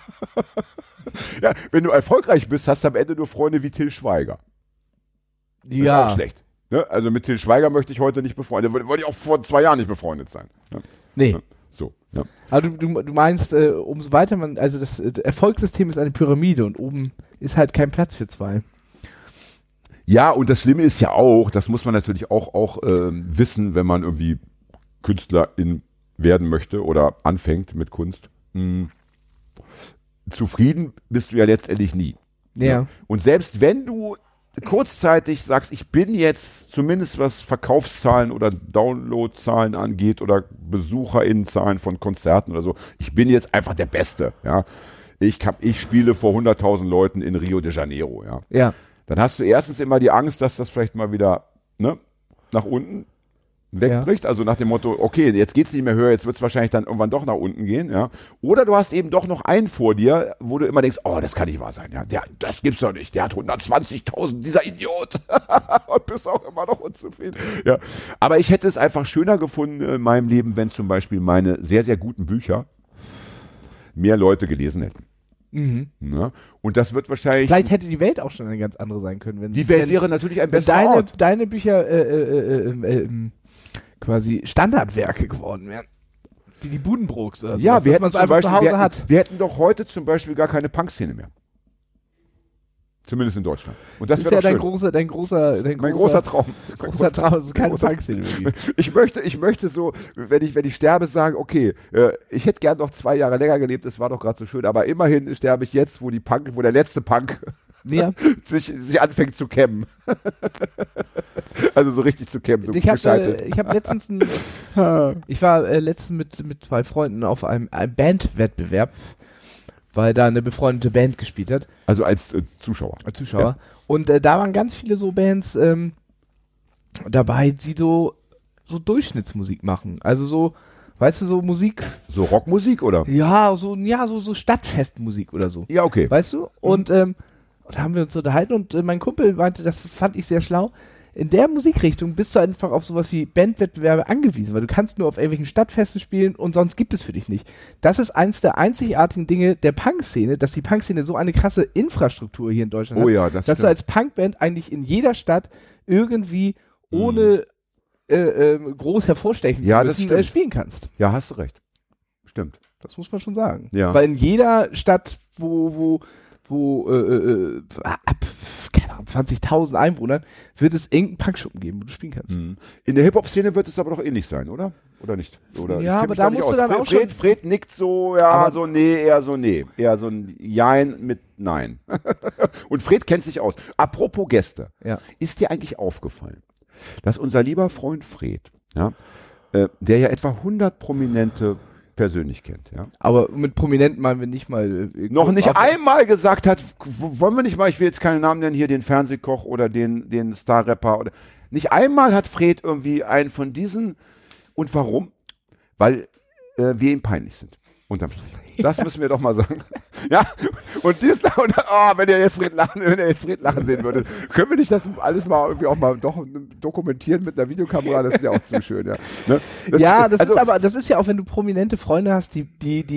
Ja, wenn du erfolgreich bist, hast du am Ende nur Freunde wie Till Schweiger. Das ist auch schlecht. Ne? Also mit Till Schweiger möchte ich heute nicht befreundet. Wollte ich auch vor 2 Jahren nicht befreundet sein. Ja?
Nee.
Ja? So. Ja.
Aber du meinst, umso weiter also das Erfolgssystem ist eine Pyramide und oben ist halt kein Platz für 2.
Ja, und das Schlimme ist ja auch, das muss man natürlich auch wissen, wenn man irgendwie Künstlerin werden möchte oder anfängt mit Kunst. Zufrieden bist du ja letztendlich nie.
Ja.
Und selbst wenn du kurzzeitig sagst, ich bin jetzt zumindest was Verkaufszahlen oder Downloadzahlen angeht oder BesucherInnenzahlen von Konzerten oder so, ich bin jetzt einfach der Beste. Ja. Ich spiele vor 100.000 Leuten in Rio de Janeiro. Ja.
Ja.
Dann hast du erstens immer die Angst, dass das vielleicht mal wieder nach unten wegbricht, also nach dem Motto, okay, jetzt geht's nicht mehr höher, jetzt wird es wahrscheinlich dann irgendwann doch nach unten gehen, ja. Oder du hast eben doch noch einen vor dir, wo du immer denkst, oh, das kann nicht wahr sein, ja, das gibt's doch nicht, der hat 120.000, dieser Idiot, und bist auch immer noch unzufrieden, ja. Aber ich hätte es einfach schöner gefunden in meinem Leben, wenn zum Beispiel meine sehr, sehr guten Bücher mehr Leute gelesen hätten. Ja? Und das wird wahrscheinlich...
Vielleicht hätte die Welt auch schon eine ganz andere sein können. Wenn
die Welt wäre natürlich ein besserer Ort.
Deine Bücher quasi Standardwerke geworden wären. Wie die Buddenbrooks. Also
ja,
was,
wir,
dass man es
hätten zum
einfach
Beispiel,
zu Hause hat.
wir hätten doch heute zum Beispiel gar keine Punkszene mehr. Zumindest in Deutschland. Und das
ist
wäre
ja
doch schön.
dein
Großer Traum.
Großer Traum, das ist keine Punkszene.
Ich möchte so, wenn ich sterbe, sagen, okay, ich hätte gern noch 2 Jahre länger gelebt, es war doch gerade so schön, aber immerhin sterbe ich jetzt, wo der letzte Punk sich anfängt zu kämmen. Also so richtig zu kämmen, so gescheitert.
Ich war letztens mit 2 Freunden auf einem Bandwettbewerb, weil da eine befreundete Band gespielt hat.
Also als Zuschauer.
Als Zuschauer. Ja. Und da waren ganz viele so Bands dabei, die so Durchschnittsmusik machen. Also so, weißt du, so Musik.
So Rockmusik, oder?
Ja, so Stadtfestmusik oder so.
Ja, okay.
Weißt du? Und da haben wir uns unterhalten und mein Kumpel meinte, das fand ich sehr schlau. In der Musikrichtung bist du einfach auf sowas wie Bandwettbewerbe angewiesen, weil du kannst nur auf irgendwelchen Stadtfesten spielen und sonst gibt es für dich nicht. Das ist eins der einzigartigen Dinge der Punk-Szene, dass die Punk-Szene so eine krasse Infrastruktur hier in Deutschland hat, dass du als Punkband eigentlich in jeder Stadt irgendwie ohne groß hervorstechen zu müssen spielen kannst.
Ja, hast du recht. Stimmt.
Das muss man schon sagen.
Ja.
Weil in jeder Stadt, wo ab, keine Ahnung, 20.000 Einwohnern wird es irgendeinen Punkschuppen geben, wo du spielen kannst.
In der Hip-Hop-Szene wird es aber doch ähnlich sein, oder? Oder nicht? Oder
ja, aber da musst du dann auch schon...
Fred nickt so, ja, so nee, eher so nee. Eher so ein Jein mit Nein. Und Fred kennt sich aus. Apropos Gäste.
Ja.
Ist dir eigentlich aufgefallen, dass unser lieber Freund Fred, ja, der ja etwa 100 Prominente persönlich kennt, ja.
Aber mit Prominenten meinen wir nicht mal...
noch nicht einmal gesagt hat, wollen wir nicht mal, ich will jetzt keinen Namen nennen, hier den Fernsehkoch oder den Star-Rapper oder... Nicht einmal hat Fred irgendwie einen von diesen... Und warum? Weil wir ihm peinlich sind. Unterm Strich. Das müssen wir doch mal sagen. Ja, und wenn ihr jetzt Fred lachen sehen würdet, können wir nicht das alles mal irgendwie auch mal doch dokumentieren mit einer Videokamera, das ist ja auch zu schön, ja. Ne? Das ist ja auch, wenn du prominente Freunde hast, die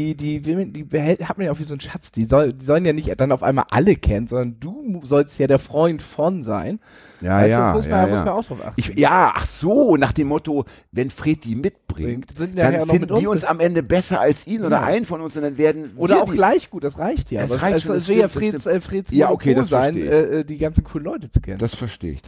hat man ja auch wie so einen Schatz, die sollen ja nicht dann auf einmal alle kennen, sondern du sollst ja der Freund von sein. Ja,
weißt,
ja,
das muss man auch drauf achten.
Ach so, nach dem Motto, wenn Fred die mitbringt, dann finden die uns am Ende besser als ihn oder einen von uns und dann werden
oder auch gleich gut, das reicht ja.
Das reicht schon,
es soll ja Freds
das
sein, die ganzen coolen Leute zu kennen.
Das verstehe ich.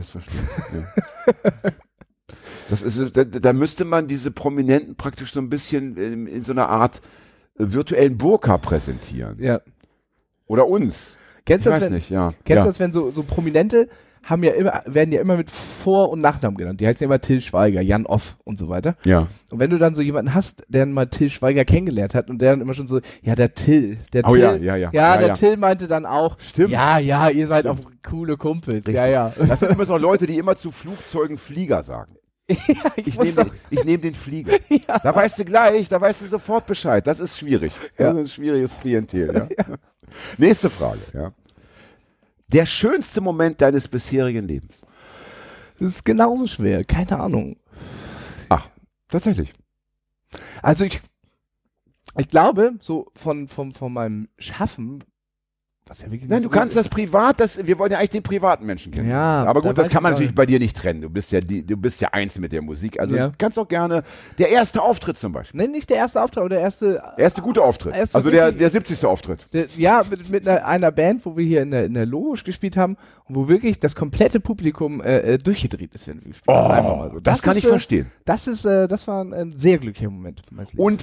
Ja. Das ist, da müsste man diese Prominenten praktisch so ein bisschen in so einer Art virtuellen Burka präsentieren.
Ja.
Oder uns.
Kennst du das, wenn so Prominente werden ja immer mit Vor- und Nachnamen genannt. Die heißen ja immer Till Schweiger, Jan Off und so weiter.
Ja.
Und wenn du dann so jemanden hast, der mal Till Schweiger kennengelernt hat und der dann immer schon so, ja, der Till.
Der
Till meinte dann auch,
stimmt.
Ja, ihr seid auch coole Kumpels.
Richtig.
Ja.
Das sind immer so Leute, die immer zu Flugzeugen Flieger sagen.
Ja,
ich nehme den Flieger. Ja. Da weißt du sofort Bescheid. Das ist schwierig.
Ja.
Das ist ein schwieriges Klientel. Ja. Nächste Frage. Ja. Der schönste Moment deines bisherigen Lebens?
Das ist genauso schwer. Keine Ahnung.
Ach, tatsächlich.
Also ich glaube, so von meinem Schaffen, was ja wirklich
Nein, du kannst das privat, wir wollen ja eigentlich den privaten Menschen kennen.
Ja,
aber gut, das kann man natürlich bei dir nicht trennen. Du bist ja eins mit der Musik. Also du kannst auch gerne, der erste Auftritt zum Beispiel.
Nein, nicht der erste Auftritt, aber der erste
gute Auftritt. Also der 70. Auftritt.
Mit einer Band, wo wir hier in der Loge gespielt haben und wo wirklich das komplette Publikum durchgedreht ist, wenn wir gespielt haben.
So. Das kann ich verstehen.
Das war ein sehr glücklicher Moment für mein Leben.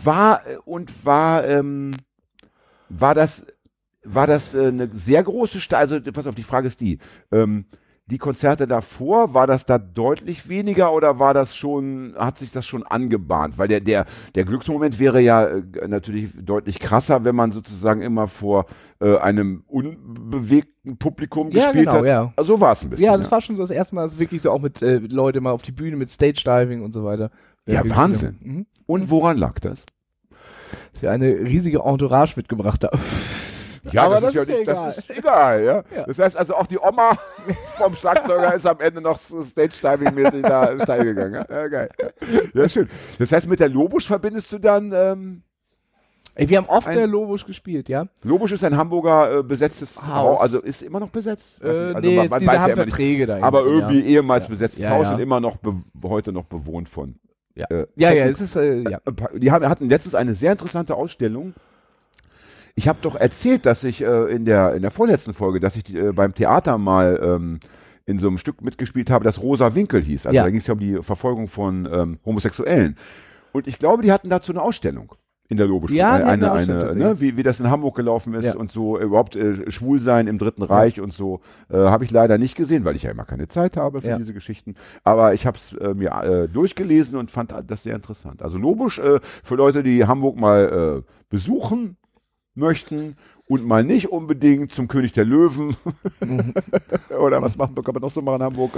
War das eine sehr große also pass auf, die Frage ist die Konzerte davor, war das da deutlich weniger oder hat sich das schon angebahnt? Weil der Glücksmoment wäre ja natürlich deutlich krasser, wenn man sozusagen immer vor einem unbewegten Publikum gespielt hat.
Ja.
So war es ein bisschen.
Ja, das war schon so das erste Mal, dass wirklich so auch mit Leute mal auf die Bühne mit Stage-Diving und so weiter.
Ja, Wahnsinn.
Mhm.
Und woran lag das?
Dass wir eine riesige Entourage mitgebracht haben.
Ja, aber das ist egal, ja. Das heißt also auch die Oma vom Schlagzeuger ist am Ende noch Stage-Diving-mäßig da steil gegangen. Ja, geil. Ja, schön. Das heißt, mit der Lobusch verbindest du dann...
wir haben oft der Lobusch gespielt, ja.
Lobusch ist ein Hamburger besetztes Haus. Also ist immer noch besetzt?
Also man weiß ja Verträge da.
Aber irgendwie ehemals besetztes Haus und immer noch heute noch bewohnt von...
es ist...
Die hatten letztens eine sehr interessante Ausstellung Ich habe doch erzählt, dass ich in der vorletzten Folge, dass ich beim Theater mal in so einem Stück mitgespielt habe, das Rosa Winkel hieß. Also da ging es ja um die Verfolgung von Homosexuellen. Und ich glaube, die hatten dazu eine Ausstellung in der Lobeschule.
Ja,
ne, wie das in Hamburg gelaufen ist und so überhaupt Schwulsein im Dritten Reich und so. Habe ich leider nicht gesehen, weil ich ja immer keine Zeit habe für diese Geschichten. Aber ich habe es mir durchgelesen und fand das sehr interessant. Also Lobusch für Leute, die Hamburg mal besuchen möchten und mal nicht unbedingt zum König der Löwen oder was kann man noch so machen in Hamburg?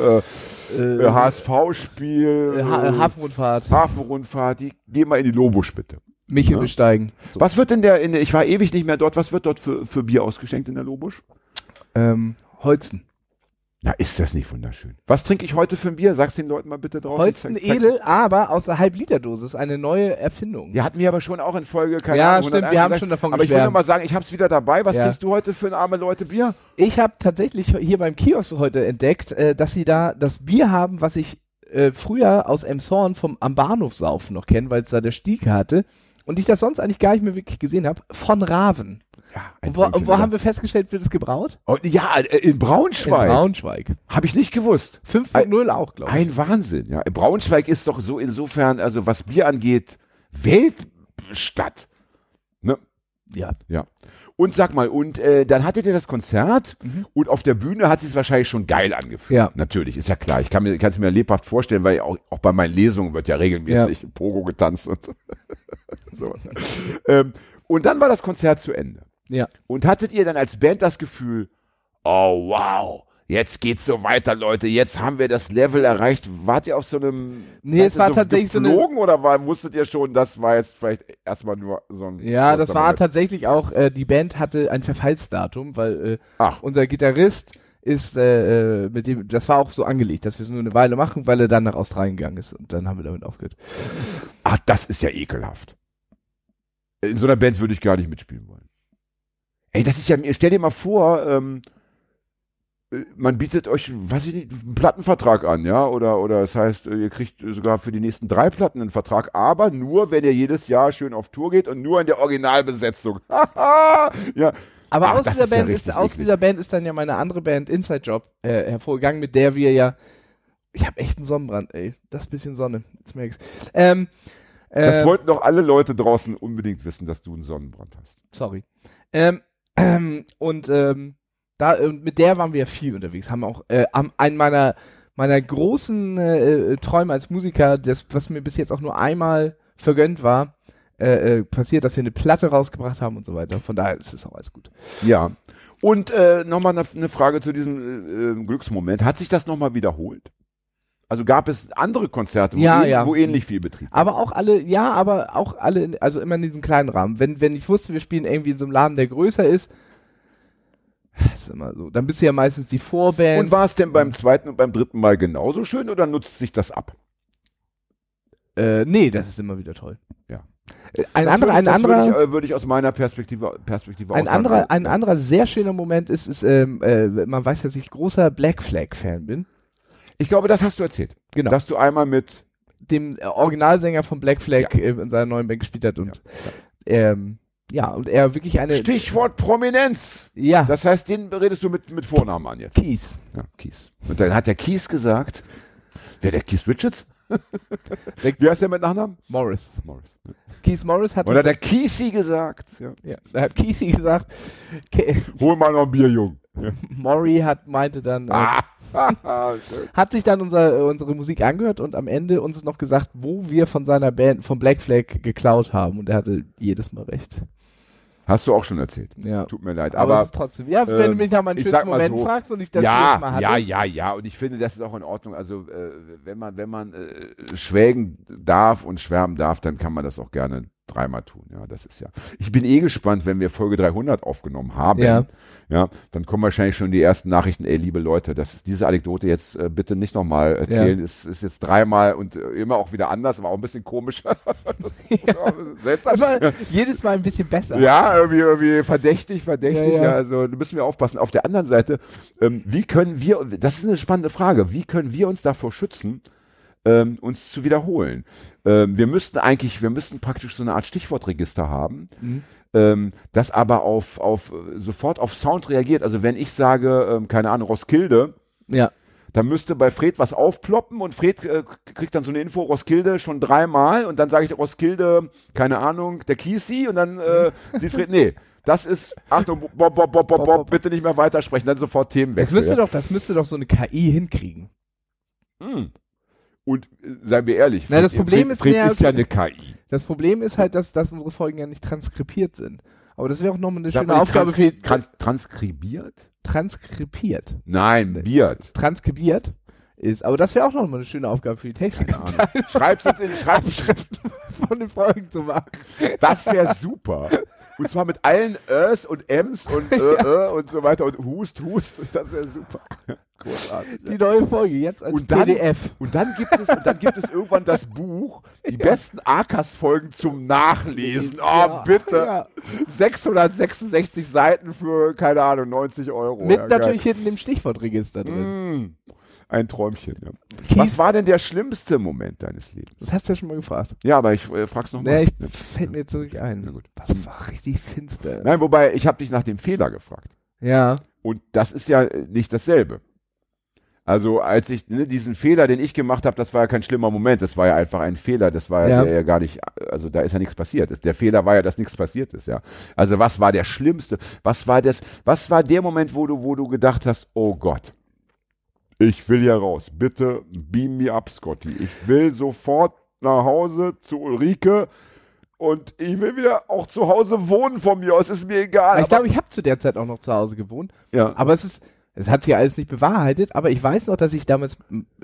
HSV-Spiel, Hafenrundfahrt, die gehen mal in die Lobusch bitte.
Michel besteigen.
So. Was wird ich war ewig nicht mehr dort, was wird dort für Bier ausgeschenkt in der Lobusch?
Holzen.
Na, ist das nicht wunderschön? Was trinke ich heute für ein Bier? Sag's den Leuten mal bitte drauf.
Holzen edel, aber aus der Halbliterdosis. Eine neue Erfindung.
Die hatten wir aber schon auch in Folge, keine Ahnung.
Ja, stimmt, wir haben schon davon
geschwärmt. Aber ich will nur mal sagen, ich hab's wieder dabei. Was trinkst du heute für ein arme Leute Bier?
Ich habe tatsächlich hier beim Kiosk heute entdeckt, dass sie da das Bier haben, was ich früher aus Emshorn am Bahnhof saufen noch kenne, weil es da der Stieg hatte. Und ich das sonst eigentlich gar nicht mehr wirklich gesehen habe, von Raven.
Ja,
und wo haben wir festgestellt, wird es gebraut?
Oh, ja, in Braunschweig.
In Braunschweig.
Habe ich nicht gewusst.
5.0 auch, glaube ich.
Ein Wahnsinn, ja. Braunschweig ist doch so insofern, also was Bier angeht, Weltstadt. Ne?
Ja.
Und sag mal, dann hattet ihr das Konzert und auf der Bühne hat es sich wahrscheinlich schon geil angefühlt. Ja. Natürlich, ist ja klar. Ich kann es mir lebhaft vorstellen, weil auch bei meinen Lesungen wird ja regelmäßig Pogo getanzt und sowas. Und dann war das Konzert zu Ende.
Ja.
Und hattet ihr dann als Band das Gefühl, oh wow, jetzt geht's so weiter, Leute, jetzt haben wir das Level erreicht. Wart ihr auf so einem
es war tatsächlich
geflogen, oder wusstet ihr schon, das war jetzt vielleicht erstmal nur so ein...
Ja, das war tatsächlich auch, die Band hatte ein Verfallsdatum, weil unser Gitarrist ist mit dem, das war auch so angelegt, dass wir es nur eine Weile machen, weil er dann nach Australien gegangen ist und dann haben wir damit aufgehört.
Ach, das ist ja ekelhaft. In so einer Band würde ich gar nicht mitspielen wollen. Ey, das ist ja, stell dir mal vor, man bietet euch, weiß ich nicht, einen Plattenvertrag an, ja, oder das heißt, ihr kriegt sogar für die nächsten 3 Platten einen Vertrag, aber nur, wenn ihr jedes Jahr schön auf Tour geht und nur in der Originalbesetzung. Ja.
Aber aus dieser Band ist dann ja meine andere Band Inside Job hervorgegangen, mit der wir ich habe echt einen Sonnenbrand, ey, das bisschen Sonne, jetzt merk's.
Das wollten doch alle Leute draußen unbedingt wissen, dass du einen Sonnenbrand hast.
Sorry. Mit der waren wir ja viel unterwegs, haben auch einen meiner großen Träume als Musiker, was mir bis jetzt auch nur einmal vergönnt war, passiert, dass wir eine Platte rausgebracht haben und so weiter. Von daher ist es auch alles gut.
Ja. Und nochmal eine Frage zu diesem Glücksmoment. Hat sich das nochmal wiederholt? Also gab es andere Konzerte, wo ähnlich viel Betrieb war?
Aber auch alle, also immer in diesem kleinen Rahmen. Wenn ich wusste, wir spielen irgendwie in so einem Laden, der größer ist, ist immer so. Dann bist du ja meistens die Vorband.
Und war es denn beim zweiten und beim dritten Mal genauso schön oder nutzt sich das ab?
Nee, das ist immer wieder toll.
Ja.
Ein anderer
würde ich aus meiner Perspektive
ein anderer sehr schöner Moment ist man weiß, dass ich großer Black Flag Fan bin.
Ich glaube, das hast du erzählt.
Genau.
Dass du einmal mit
dem Originalsänger von Black Flag in seiner neuen Band gespielt hat und und er wirklich eine...
Stichwort Prominenz.
Ja.
Das heißt, den redest du mit Vornamen an jetzt.
Keith.
Ja, Keith. Und dann hat der Keith gesagt, wer der Keith Richards? Wie heißt der mit Nachnamen?
Morris. Keith Morris hat...
Oder der Keithy gesagt.
Ja, da hat Keithy gesagt...
Hol mal noch ein Bier, Jung. Ja.
Maury meinte dann... hat sich dann unsere Musik angehört und am Ende uns noch gesagt, wo wir von seiner Band, von Black Flag, geklaut haben. Und er hatte jedes Mal recht.
Hast du auch schon erzählt.
Ja.
Tut mir leid.
Aber es ist trotzdem, wenn du mich nach meinem schönsten Moment fragst und ich das jetzt mal hatte.
Ja. Und ich finde, das ist auch in Ordnung. Also, wenn man schwelgen darf und schwärmen darf, dann kann man das auch gerne 3-mal tun. Ja, das ist ja. Ich bin gespannt, wenn wir Folge 300 aufgenommen haben. Ja, dann kommen wahrscheinlich schon die ersten Nachrichten. Ey, liebe Leute, das ist diese Anekdote jetzt bitte nicht nochmal erzählen. Es ist jetzt 3-mal und immer auch wieder anders, aber auch ein bisschen komisch.
Seltsam. Jedes Mal ein bisschen besser.
Ja, irgendwie verdächtig. Ja, also da müssen wir aufpassen. Auf der anderen Seite, wie können wir, das ist eine spannende Frage, wie können wir uns davor schützen, uns zu wiederholen. Wir müssten praktisch so eine Art Stichwortregister haben, das aber sofort auf Sound reagiert. Also wenn ich sage, keine Ahnung, Roskilde, dann müsste bei Fred was aufploppen und Fred kriegt dann so eine Info, Roskilde schon 3-mal und dann sage ich Roskilde, keine Ahnung, der Kiesi und dann sieht Fred, nee, das ist, Achtung, bitte nicht mehr weitersprechen, dann sofort Themenwechsel.
Das müsste doch so eine KI hinkriegen.
Und seien wir ehrlich,
das Problem ist
ja eine KI.
Das Problem ist halt, dass unsere Folgen ja nicht transkribiert sind. Aber das wäre auch nochmal eine schöne Aufgabe für die...
Transkribiert?
Transkribiert.
Nein, Biert.
Transkribiert ist, aber das wäre auch nochmal eine schöne Aufgabe für die Technik.
Schreib's jetzt in Schreibschriften
von den Folgen zu machen.
Das wäre super. Und zwar mit allen Ös und Ms und und so weiter und Hust, das wäre super. Großartig.
Die neue Folge jetzt als PDF.
Und dann gibt es irgendwann das Buch, die besten Arkas-Folgen zum Nachlesen. Oh, bitte. Ja. 666 Seiten für, keine Ahnung, 90 €.
Mit natürlich hinten dem Stichwortregister drin.
Ein Träumchen, ja. Was war denn der schlimmste Moment deines Lebens?
Das hast du ja schon mal gefragt.
Ja, aber ich frag's nochmal.
Ja, fällt mir jetzt wirklich ein.
Na gut.
Das war richtig finster.
Nein, wobei, ich habe dich nach dem Fehler gefragt.
Ja.
Und das ist ja nicht dasselbe. Also als ich diesen Fehler, den ich gemacht habe, das war ja kein schlimmer Moment, das war ja einfach ein Fehler, das war ja gar nicht, also da ist ja nichts passiert. Der Fehler war ja, dass nichts passiert ist, ja. Also was war der schlimmste, was war der Moment, wo du gedacht hast, oh Gott, ich will hier raus, bitte beam me up, Scotty. Ich will sofort nach Hause zu Ulrike und ich will wieder auch zu Hause wohnen von mir aus, ist mir egal.
Ich glaube, ich habe zu der Zeit auch noch zu Hause gewohnt,
ja.
Aber es hat sich ja alles nicht bewahrheitet, aber ich weiß noch, dass ich damals,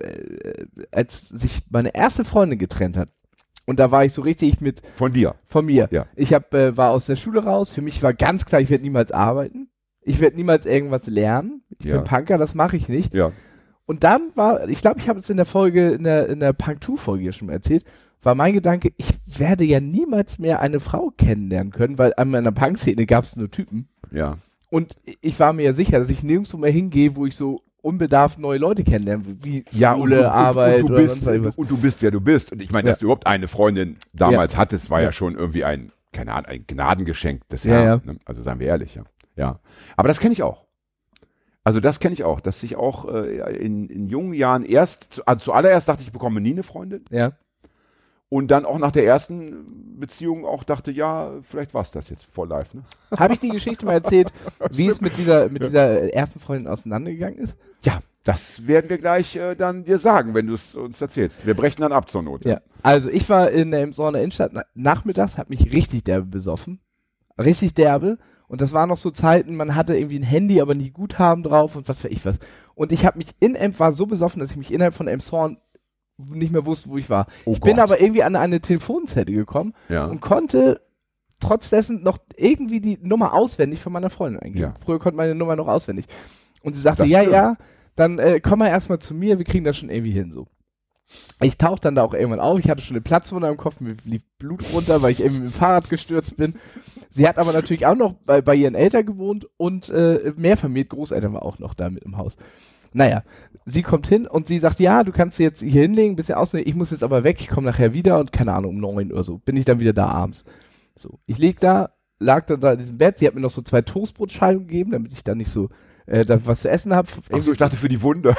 als sich meine erste Freundin getrennt hat, und da war ich so richtig mit...
Von dir?
Von mir.
Ja.
Ich war aus der Schule raus, für mich war ganz klar, ich werde niemals arbeiten, ich werde niemals irgendwas lernen, ich bin Punker, das mache ich nicht.
Ja.
Und dann ich glaube, ich habe es in der Folge, in der Punk 2 Folge schon mal erzählt, war mein Gedanke, ich werde ja niemals mehr eine Frau kennenlernen können, weil an meiner Punk-Szene gab es nur Typen.
Ja.
Und ich war mir ja sicher, dass ich nirgendwo mehr hingehe, wo ich so unbedarft neue Leute kennenlerne, wie Schule, Arbeit oder sonst was.
Und du bist, wer du bist. Und ich meine, dass du überhaupt eine Freundin damals hattest, war ja schon irgendwie ein Gnadengeschenk des Herrn. Ne? Also seien wir ehrlich, ja. Aber das kenne ich auch. Also das kenne ich auch, dass ich auch in jungen Jahren zuallererst dachte ich bekomme nie eine Freundin.
Ja.
Und dann auch nach der ersten Beziehung auch dachte, ja, vielleicht war es das jetzt for life, ne?
Habe ich die Geschichte mal erzählt, wie es mit dieser ersten Freundin auseinandergegangen ist?
Ja, das werden wir gleich dann dir sagen, wenn du es uns erzählst. Wir brechen dann ab zur Not.
Ja, also ich war in der Emshorner Innenstadt nachmittags, habe mich richtig derbe besoffen. Richtig derbe. Und das waren noch so Zeiten, man hatte irgendwie ein Handy, aber nie Guthaben drauf und was weiß ich was. Und ich habe mich war so besoffen, dass ich mich innerhalb von Elmshorn nicht mehr wusste, wo ich war. Ich bin aber irgendwie an eine Telefonzelle gekommen und konnte trotz dessen noch irgendwie die Nummer auswendig von meiner Freundin eingeben. Ja. Früher konnte meine Nummer noch auswendig. Und sie sagte, dann komm mal erstmal zu mir, wir kriegen das schon irgendwie hin, so. Ich tauchte dann da auch irgendwann auf, ich hatte schon eine Platzwunde am Kopf, mir lief Blut runter, weil ich irgendwie mit dem Fahrrad gestürzt bin. Sie hat aber natürlich auch noch bei ihren Eltern gewohnt und Mehrfamilien, Großeltern war auch noch da mit im Haus. Naja, sie kommt hin und sie sagt, ja, du kannst sie jetzt hier hinlegen, ein bisschen ausnehmen, ich muss jetzt aber weg, ich komme nachher wieder und keine Ahnung, um 9 Uhr so, bin ich dann wieder da abends. So, ich lag dann da in diesem Bett, sie hat mir noch so 2 Toastbrotscheiben gegeben, damit ich dann nicht so da was zu essen habe.
Achso, ich dachte für die Wunde.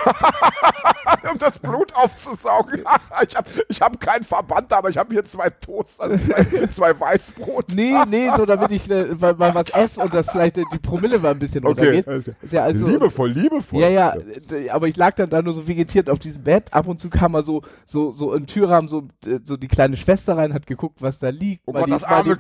Um das Blut aufzusaugen. Ich hab keinen Verband, aber ich habe hier 2 Toast, also 2 Weißbrot.
Nee, so damit ich mal was esse und das vielleicht die Promille mal ein bisschen runtergeht. Ist ja also,
liebevoll.
Ja, aber ich lag dann da nur so vegetiert auf diesem Bett. Ab und zu kam mal so im Türrahmen so die kleine Schwester rein, hat geguckt, was da liegt.
Oh Gott, das arme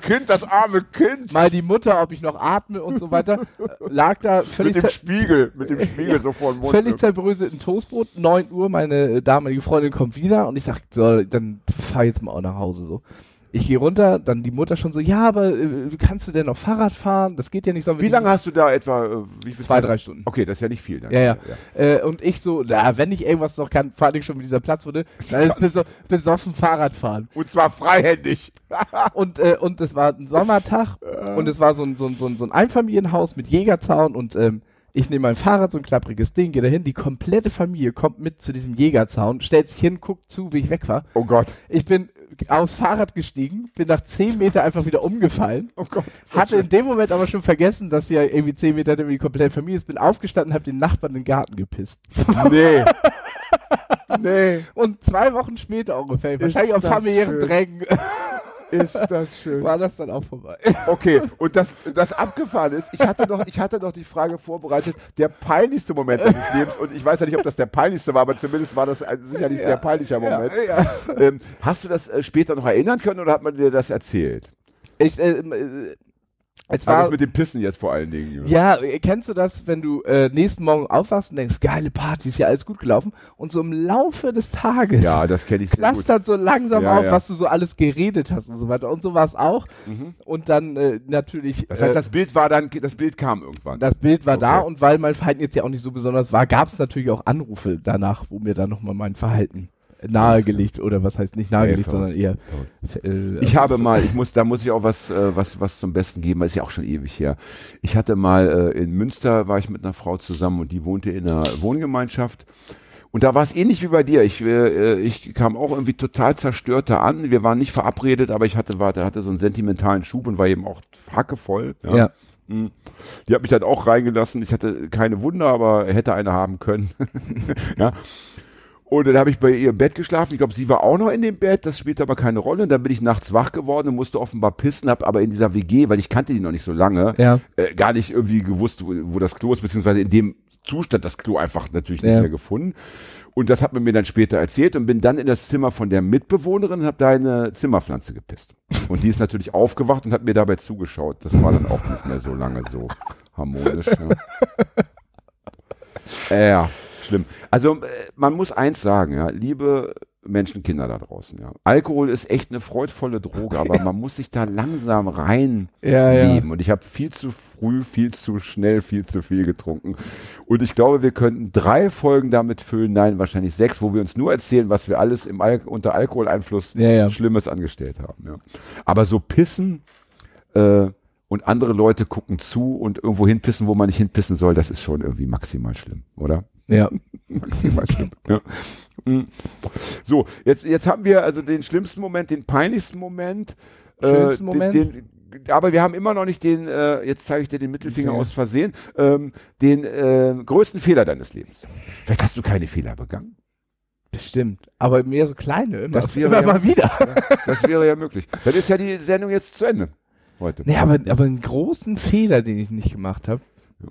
Kind.
Mal die Mutter, ob ich noch atme und so weiter. Lag da völlig
mit dem Spiegel so vor dem Mund.
Völlig zerbröselt ein Toastbrot, 9 Uhr, meine damalige Freundin kommt wieder und ich sag, so, dann fahr jetzt mal auch nach Hause, so. Ich gehe runter, dann die Mutter schon so, ja, aber kannst du denn noch Fahrrad fahren? Das geht ja nicht so.
Wie lange hast du da etwa?
2-3 Stunden.
Okay, das ist ja nicht viel. Dann.
Ja. Und ich so, wenn ich irgendwas noch kann, fahre ich schon mit dieser Platzwunde, dann ist besoffen Fahrrad fahren.
Und zwar freihändig.
und es war ein Sommertag und es war so ein Einfamilienhaus mit Jägerzaun und Ich nehme mein Fahrrad, so ein klappriges Ding, gehe dahin, die komplette Familie kommt mit zu diesem Jägerzaun, stellt sich hin, guckt zu, wie ich weg war.
Oh Gott.
Ich bin aufs Fahrrad gestiegen, bin nach 10 Meter einfach wieder umgefallen.
Oh Gott.
Hatte in dem Moment aber schon vergessen, dass ja irgendwie 10 Meter die komplette Familie ist. Bin aufgestanden und habe den Nachbarn in den Garten gepisst.
Nee. Nee.
Und 2 Wochen später ungefähr, wahrscheinlich auf familiären Drängen,
Ist das schön.
war das dann auch vorbei.
Okay, und das abgefahren ist, ich hatte noch die Frage vorbereitet, der peinlichste Moment deines Lebens, und ich weiß ja nicht, ob das der peinlichste war, aber zumindest war das ein sicherlich sehr peinlicher Moment.
Ja.
Hast du das später noch erinnern können oder hat man dir das erzählt?
Es
War
war
das mit dem Pissen jetzt vor allen Dingen?
Ja, kennst du das, wenn du nächsten Morgen aufwachst und denkst, geile Party, ist ja alles gut gelaufen, und so im Laufe des Tages
Ja, das kenne ich sehr gut.
clustert so langsam
Ja,
auf,
ja.
was du so alles geredet hast und so weiter. Und so war es auch. Und dann natürlich.
Das heißt, das Bild kam irgendwann.
Das Bild war da,
Okay.
und weil mein Verhalten jetzt ja auch nicht so besonders war, gab es natürlich auch Anrufe danach, wo mir dann nochmal mein Verhalten nahegelegt, oder was heißt nicht nahegelegt,
verrückt.
sondern eher.
Ich habe mal, da muss ich auch was zum Besten geben, das ist ja auch schon ewig her. Ich hatte mal in Münster, war ich mit einer Frau zusammen und die wohnte in einer Wohngemeinschaft. Und da war es ähnlich wie bei dir. Ich kam auch irgendwie total zerstört da an. Wir waren nicht verabredet, aber ich hatte so einen sentimentalen Schub und war eben auch hackevoll.
Ja.
Die hat mich dann auch reingelassen. Ich hatte keine Wunder, aber hätte eine haben können. Ja. Und dann habe ich bei ihr im Bett geschlafen. Ich glaube, sie war auch noch in dem Bett. Das spielte aber keine Rolle. Und dann bin ich nachts wach geworden und musste offenbar pissen. Habe aber in dieser WG, weil ich kannte die noch nicht so lange,
Ja.
gar nicht irgendwie gewusst, wo das Klo ist, beziehungsweise in dem Zustand das Klo einfach natürlich nicht mehr gefunden. Und das hat man mir dann später erzählt und bin dann in das Zimmer von der Mitbewohnerin und habe da eine Zimmerpflanze gepisst. Und die ist natürlich aufgewacht und hat mir dabei zugeschaut. Das war dann auch nicht mehr so lange so harmonisch. Ja, schlimm. Also man muss eins sagen, ja, liebe Menschenkinder da draußen, ja. Alkohol ist echt eine freudvolle Droge, aber man muss sich da langsam reinleben. Und ich habe viel zu früh, viel zu schnell, viel zu viel getrunken. Und ich glaube, wir könnten 3 Folgen damit füllen, nein, wahrscheinlich 6, wo wir uns nur erzählen, was wir alles unter Alkoholeinfluss Schlimmes angestellt haben. Ja. Aber so pissen und andere Leute gucken zu und irgendwo hinpissen, wo man nicht hinpissen soll, das ist schon irgendwie maximal schlimm, oder?
Ja.
Maximal schlimm. Ja. So, jetzt haben wir also den schlimmsten Moment, den peinlichsten Moment.
Schönsten Moment?
Aber wir haben immer noch nicht den, jetzt zeige ich dir den Mittelfinger aus Versehen, den größten Fehler deines Lebens. Vielleicht hast du keine Fehler begangen.
Bestimmt. Aber mehr so kleine, immer,
Das wäre
immer
ja-
mal wieder.
Ja, das wäre ja möglich. Dann ist ja die Sendung jetzt zu Ende heute.
Nee, aber einen großen Fehler, den ich nicht gemacht habe.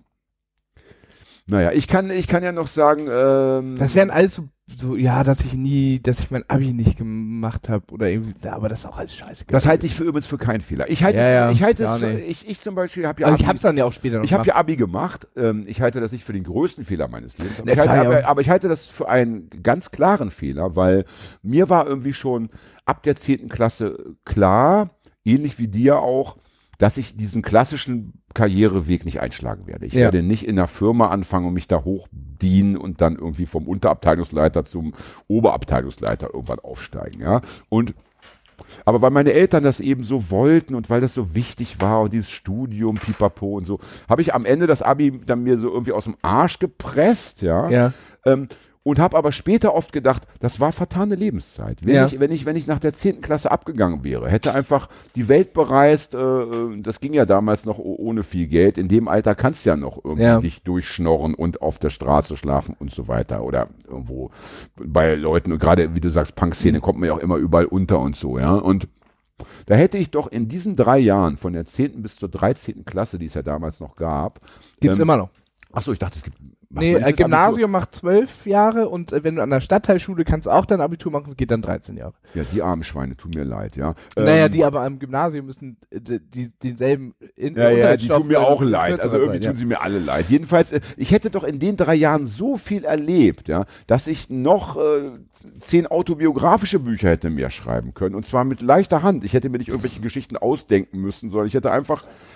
Naja, ich kann ja noch sagen,
Das wären alles so, ja, dass ich mein Abi nicht gemacht habe oder irgendwie, aber das ist auch alles scheiße.
das halte ich übrigens für keinen Fehler. Ich halte ich zum Beispiel habe ja
Also ich
Abi-
hab's dann ja auch später noch
Ich habe
gemacht.
ja Abi gemacht. Ich halte das nicht für den größten Fehler meines Lebens. Aber,
Das
ich halte,
war ja-
aber ich halte das für einen ganz klaren Fehler, weil mir war irgendwie schon ab der 10. Klasse klar, ähnlich wie dir auch, dass ich diesen klassischen Karriereweg nicht einschlagen werde. Ich werde nicht in einer Firma anfangen und mich da hochdienen und dann irgendwie vom Unterabteilungsleiter zum Oberabteilungsleiter irgendwann aufsteigen. Ja? Aber weil meine Eltern das eben so wollten und weil das so wichtig war und dieses Studium, Pipapo und so, habe ich am Ende das Abi dann mir so irgendwie aus dem Arsch gepresst, ja. Und habe aber später oft gedacht, das war vertane Lebenszeit. Wenn ich nach der 10. Klasse abgegangen wäre, hätte einfach die Welt bereist, das ging ja damals noch ohne viel Geld. In dem Alter kannst du ja noch irgendwie dich durchschnorren und auf der Straße schlafen und so weiter. Oder irgendwo bei Leuten, und gerade wie du sagst, Punk-Szene kommt man ja auch immer überall unter und so, ja. Und da hätte ich doch in diesen 3 Jahren, von der 10. bis zur 13. Klasse, die es ja damals noch gab.
Gibt's immer noch.
Achso, ich dachte, es gibt.
Nee, Gymnasium macht 12 Jahre und wenn du an der Stadtteilschule kannst auch dein Abitur machen, es geht dann 13 Jahre.
Ja, die armen Schweine, tun mir leid, ja.
Naja, die aber am Gymnasium müssen denselben
die
Unterrichtsstoff
tun mir auch
kürzer
leid. Also irgendwie
sein,
tun sie mir alle leid. Jedenfalls, ich hätte doch in den 3 Jahren so viel erlebt, ja, dass ich noch 10 autobiografische Bücher hätte mehr schreiben können. Und zwar mit leichter Hand. Ich hätte mir nicht irgendwelche Geschichten ausdenken müssen, sondern ich hätte einfach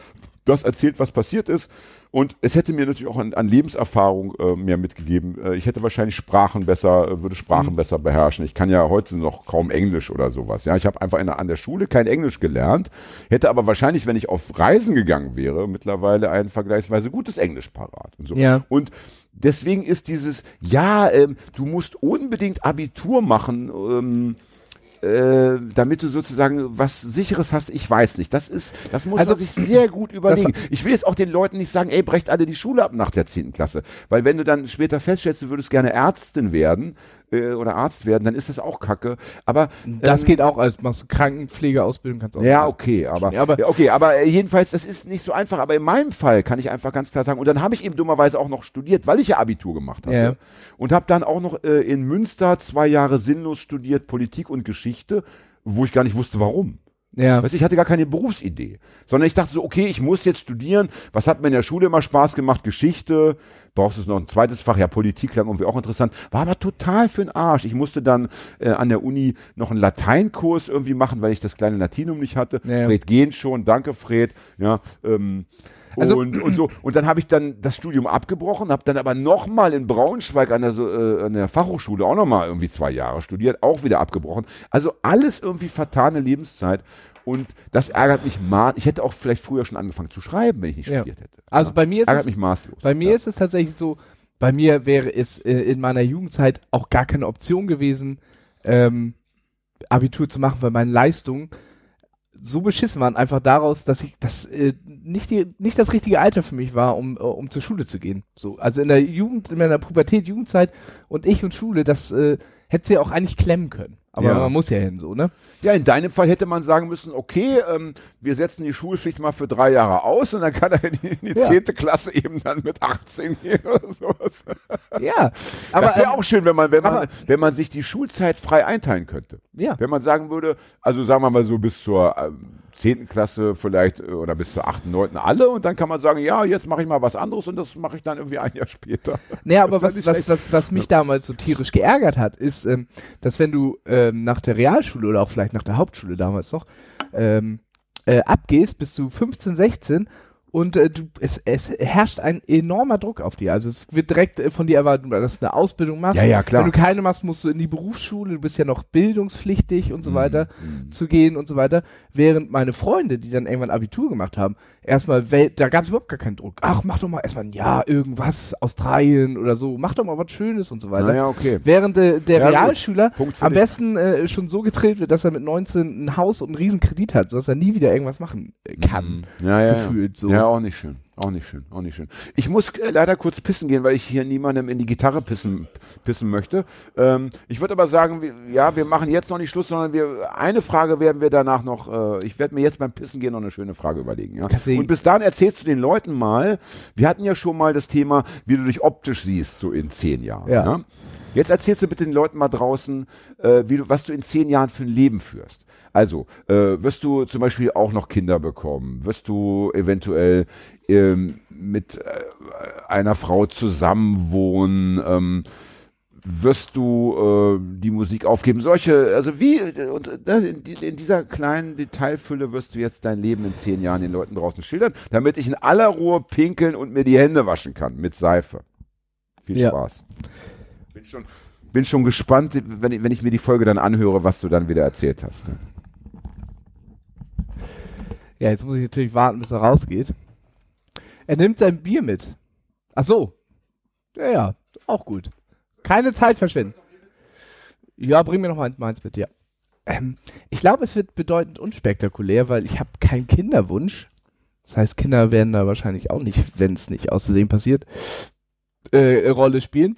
das erzählt, was passiert ist. Und es hätte mir natürlich auch an Lebenserfahrung mehr mitgegeben. Ich hätte wahrscheinlich würde Sprachen besser beherrschen. Ich kann ja heute noch kaum Englisch oder sowas. Ja, ich habe einfach an der Schule kein Englisch gelernt, hätte aber wahrscheinlich, wenn ich auf Reisen gegangen wäre, mittlerweile ein vergleichsweise gutes Englisch parat. Und so.
Ja.
Und deswegen ist dieses, du musst unbedingt Abitur machen, damit du sozusagen was Sicheres hast, ich weiß nicht. Das muss man sich sehr gut überlegen. Ich will jetzt auch den Leuten nicht sagen, ey, brecht alle die Schule ab nach der 10. Klasse. Weil wenn du dann später feststellst, du würdest gerne Ärztin werden oder Arzt werden, dann ist das auch Kacke. Aber
das geht auch, als machst du Krankenpflegeausbildung, kannst du auch.
Ja, okay, aber jedenfalls, das ist nicht so einfach. Aber in meinem Fall kann ich einfach ganz klar sagen, und dann habe ich eben dummerweise auch noch studiert, weil ich ja Abitur gemacht habe.
Ja.
Und habe dann auch noch in Münster 2 Jahre sinnlos studiert, Politik und Geschichte, wo ich gar nicht wusste, warum.
Ja.
Weißt du, ich hatte gar keine Berufsidee, sondern ich dachte so, okay, ich muss jetzt studieren. Was hat mir in der Schule immer Spaß gemacht? Geschichte. Brauchst du noch ein zweites Fach? Ja, Politik klang irgendwie auch interessant. War aber total für den Arsch. Ich musste dann an der Uni noch einen Lateinkurs irgendwie machen, weil ich das kleine Latinum nicht hatte.
Ja.
Fred gehen schon. Danke, Fred. Ja,
Also,
und so. Und dann habe ich dann das Studium abgebrochen, habe dann aber nochmal in Braunschweig an der Fachhochschule auch nochmal irgendwie 2 Jahre studiert, auch wieder abgebrochen. Also alles irgendwie vertane Lebenszeit. Und das ärgert mich ich hätte auch vielleicht früher schon angefangen zu schreiben, wenn ich nicht studiert hätte.
Also bei mir ist
ärgert mich maßlos.
Bei mir ist es tatsächlich so, bei mir wäre es in meiner Jugendzeit auch gar keine Option gewesen, Abitur zu machen, weil meine Leistungen so beschissen waren, einfach daraus, dass das nicht das richtige Alter für mich war, um zur Schule zu gehen. So, also in meiner Pubertät, Jugendzeit und Schule, das hätte sie auch eigentlich klemmen können. Aber man muss ja hin, so, ne?
Ja, in deinem Fall hätte man sagen müssen, okay, wir setzen die Schulpflicht mal für 3 Jahre aus und dann kann er in die 10. Klasse eben dann mit 18 gehen oder sowas.
Ja. Aber
das wäre auch schön, wenn man sich die Schulzeit frei einteilen könnte.
Ja.
Wenn man sagen würde, also sagen wir mal so bis zur 10. Klasse vielleicht oder bis zur 8., 9. alle und dann kann man sagen, ja, jetzt mache ich mal was anderes und das mache ich dann irgendwie ein Jahr später.
Naja, aber was mich damals so tierisch geärgert hat, ist, dass wenn du nach der Realschule oder auch vielleicht nach der Hauptschule damals noch abgehst, bist du 15, 16 und es herrscht ein enormer Druck auf dir. Also es wird direkt von dir erwartet, dass du eine Ausbildung machst.
Ja, klar.
Wenn du keine machst, musst du in die Berufsschule, du bist ja noch bildungspflichtig und so weiter zu gehen und so weiter. Während meine Freunde, die dann irgendwann Abitur gemacht haben, erstmal, da gab es überhaupt gar keinen Druck. Ach, mach doch mal erstmal ein Jahr irgendwas, Australien oder so, mach doch mal was Schönes und so weiter.
Ja, okay.
Während der Realschüler am
dich.
besten schon so getrillt wird, dass er mit 19 ein Haus und einen riesen Kredit hat, sodass er nie wieder irgendwas machen kann. Gefühlt so.
Ja, auch nicht schön. Auch nicht schön. Ich muss leider kurz pissen gehen, weil ich hier niemandem in die Gitarre pissen möchte. Ich würde aber sagen, wir machen jetzt noch nicht Schluss, sondern eine Frage werden wir danach noch, ich werde mir jetzt beim Pissen gehen noch eine schöne Frage überlegen. Ja? Und bis dahin erzählst du den Leuten mal, wir hatten ja schon mal das Thema, wie du dich optisch siehst, so in 10 Jahren.
Ja.
Ja? Jetzt erzählst du bitte den Leuten mal draußen, was du in 10 Jahren für ein Leben führst. Also, wirst du zum Beispiel auch noch Kinder bekommen? Wirst du eventuell mit einer Frau zusammenwohnen? Wirst du die Musik aufgeben? In dieser kleinen Detailfülle wirst du jetzt dein Leben in 10 Jahren den Leuten draußen schildern, damit ich in aller Ruhe pinkeln und mir die Hände waschen kann mit Seife. Viel Spaß. Bin schon gespannt, wenn ich mir die Folge dann anhöre, was du dann wieder erzählt hast.
Ja, jetzt muss ich natürlich warten, bis er rausgeht. Er nimmt sein Bier mit. Ach so. Ja, auch gut. Keine Zeit verschwenden. Ja, bring mir noch mal meins mit, ja. Ich glaube, es wird bedeutend unspektakulär, weil ich habe keinen Kinderwunsch. Das heißt, Kinder werden da wahrscheinlich auch nicht, wenn es nicht aus Versehen passiert, Rolle spielen.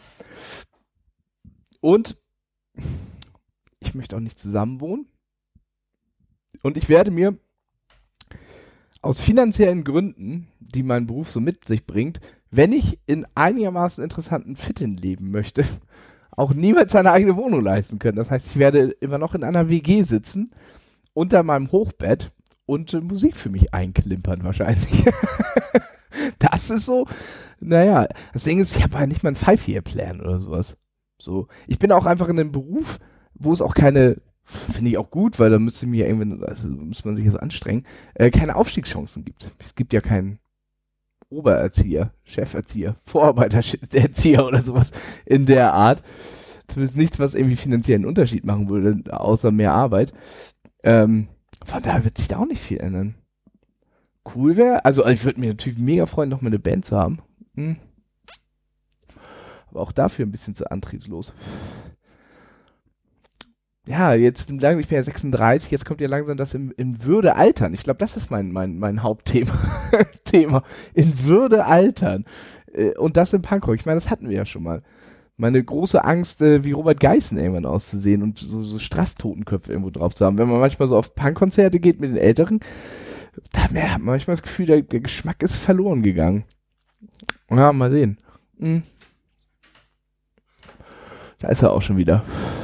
Und ich möchte auch nicht zusammenwohnen. Und ich werde mir aus finanziellen Gründen, die mein Beruf so mit sich bringt, wenn ich in einigermaßen interessanten Fitten leben möchte, auch niemals eine eigene Wohnung leisten können. Das heißt, ich werde immer noch in einer WG sitzen, unter meinem Hochbett und Musik für mich einklimpern wahrscheinlich. Das ist so, naja, das Ding ist, ich habe halt nicht mal einen 5-Year-Plan oder sowas. So, ich bin auch einfach in einem Beruf, wo es auch keine finde ich auch gut, weil da müsste man sich ja so anstrengen, keine Aufstiegschancen gibt. Es gibt ja keinen Obererzieher, Cheferzieher, Vorarbeitererzieher oder sowas in der Art. Zumindest nichts, was irgendwie finanziellen Unterschied machen würde, außer mehr Arbeit. Von daher wird sich da auch nicht viel ändern. Cool wäre, also ich würde mir natürlich mega freuen, noch mal eine Band zu haben. Aber auch dafür ein bisschen zu antriebslos. Ja, jetzt, ich bin ja 36, jetzt kommt ja langsam das in Würde altern. Ich glaube, das ist mein Hauptthema. Thema. In Würde altern. Und das im Punkrock. Ich meine, das hatten wir ja schon mal. Meine große Angst, wie Robert Geissen irgendwann auszusehen und so Strass-Totenköpfe irgendwo drauf zu haben. Wenn man manchmal so auf Punkkonzerte geht mit den Älteren, da hat man manchmal das Gefühl, der Geschmack ist verloren gegangen. Ja, mal sehen. Da ist er auch schon wieder.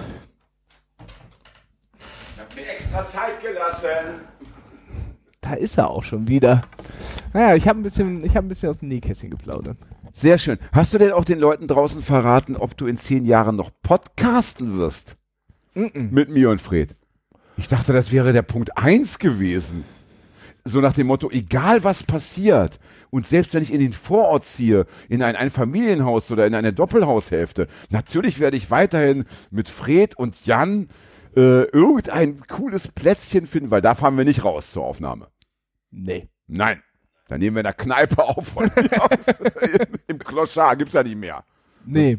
Extra Zeit gelassen.
Da ist er auch schon wieder. Naja, ich habe ein bisschen aus dem Nähkästchen geplaudert.
Sehr schön. Hast du denn auch den Leuten draußen verraten, ob du in 10 Jahren noch podcasten wirst? Mit mir und Fred. Ich dachte, das wäre der Punkt 1 gewesen. So nach dem Motto, egal was passiert und selbst wenn ich in den Vorort ziehe, in ein Einfamilienhaus oder in eine Doppelhaushälfte, natürlich werde ich weiterhin mit Fred und Jan irgendein cooles Plätzchen finden, weil da fahren wir nicht raus zur Aufnahme.
Nee.
Nein. Dann nehmen wir in der Kneipe auf von mir aus. Im Clochard gibt's ja nicht mehr.
Nee.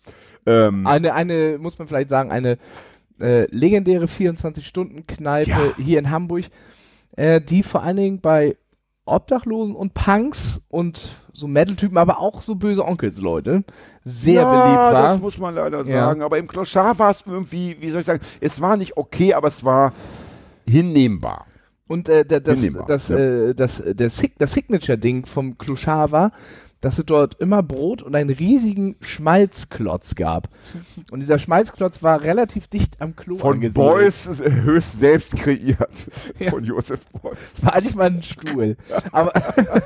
Eine, muss man vielleicht sagen, eine legendäre 24-Stunden-Kneipe hier in Hamburg, die vor allen Dingen bei Obdachlosen und Punks und so Metal-Typen, aber auch so böse Onkels-Leute sehr beliebt war.
Das muss man leider sagen. Aber im Clochard war es irgendwie, wie soll ich sagen, es war nicht okay, aber es war hinnehmbar.
Und das Signature-Ding vom Clochard war, dass es dort immer Brot und einen riesigen Schmalzklotz gab. Und dieser Schmalzklotz war relativ dicht am Klo angesiedelt.
Von Beuys höchst selbst kreiert. Ja. Von Josef Beuys.
War eigentlich mal ein Stuhl. Aber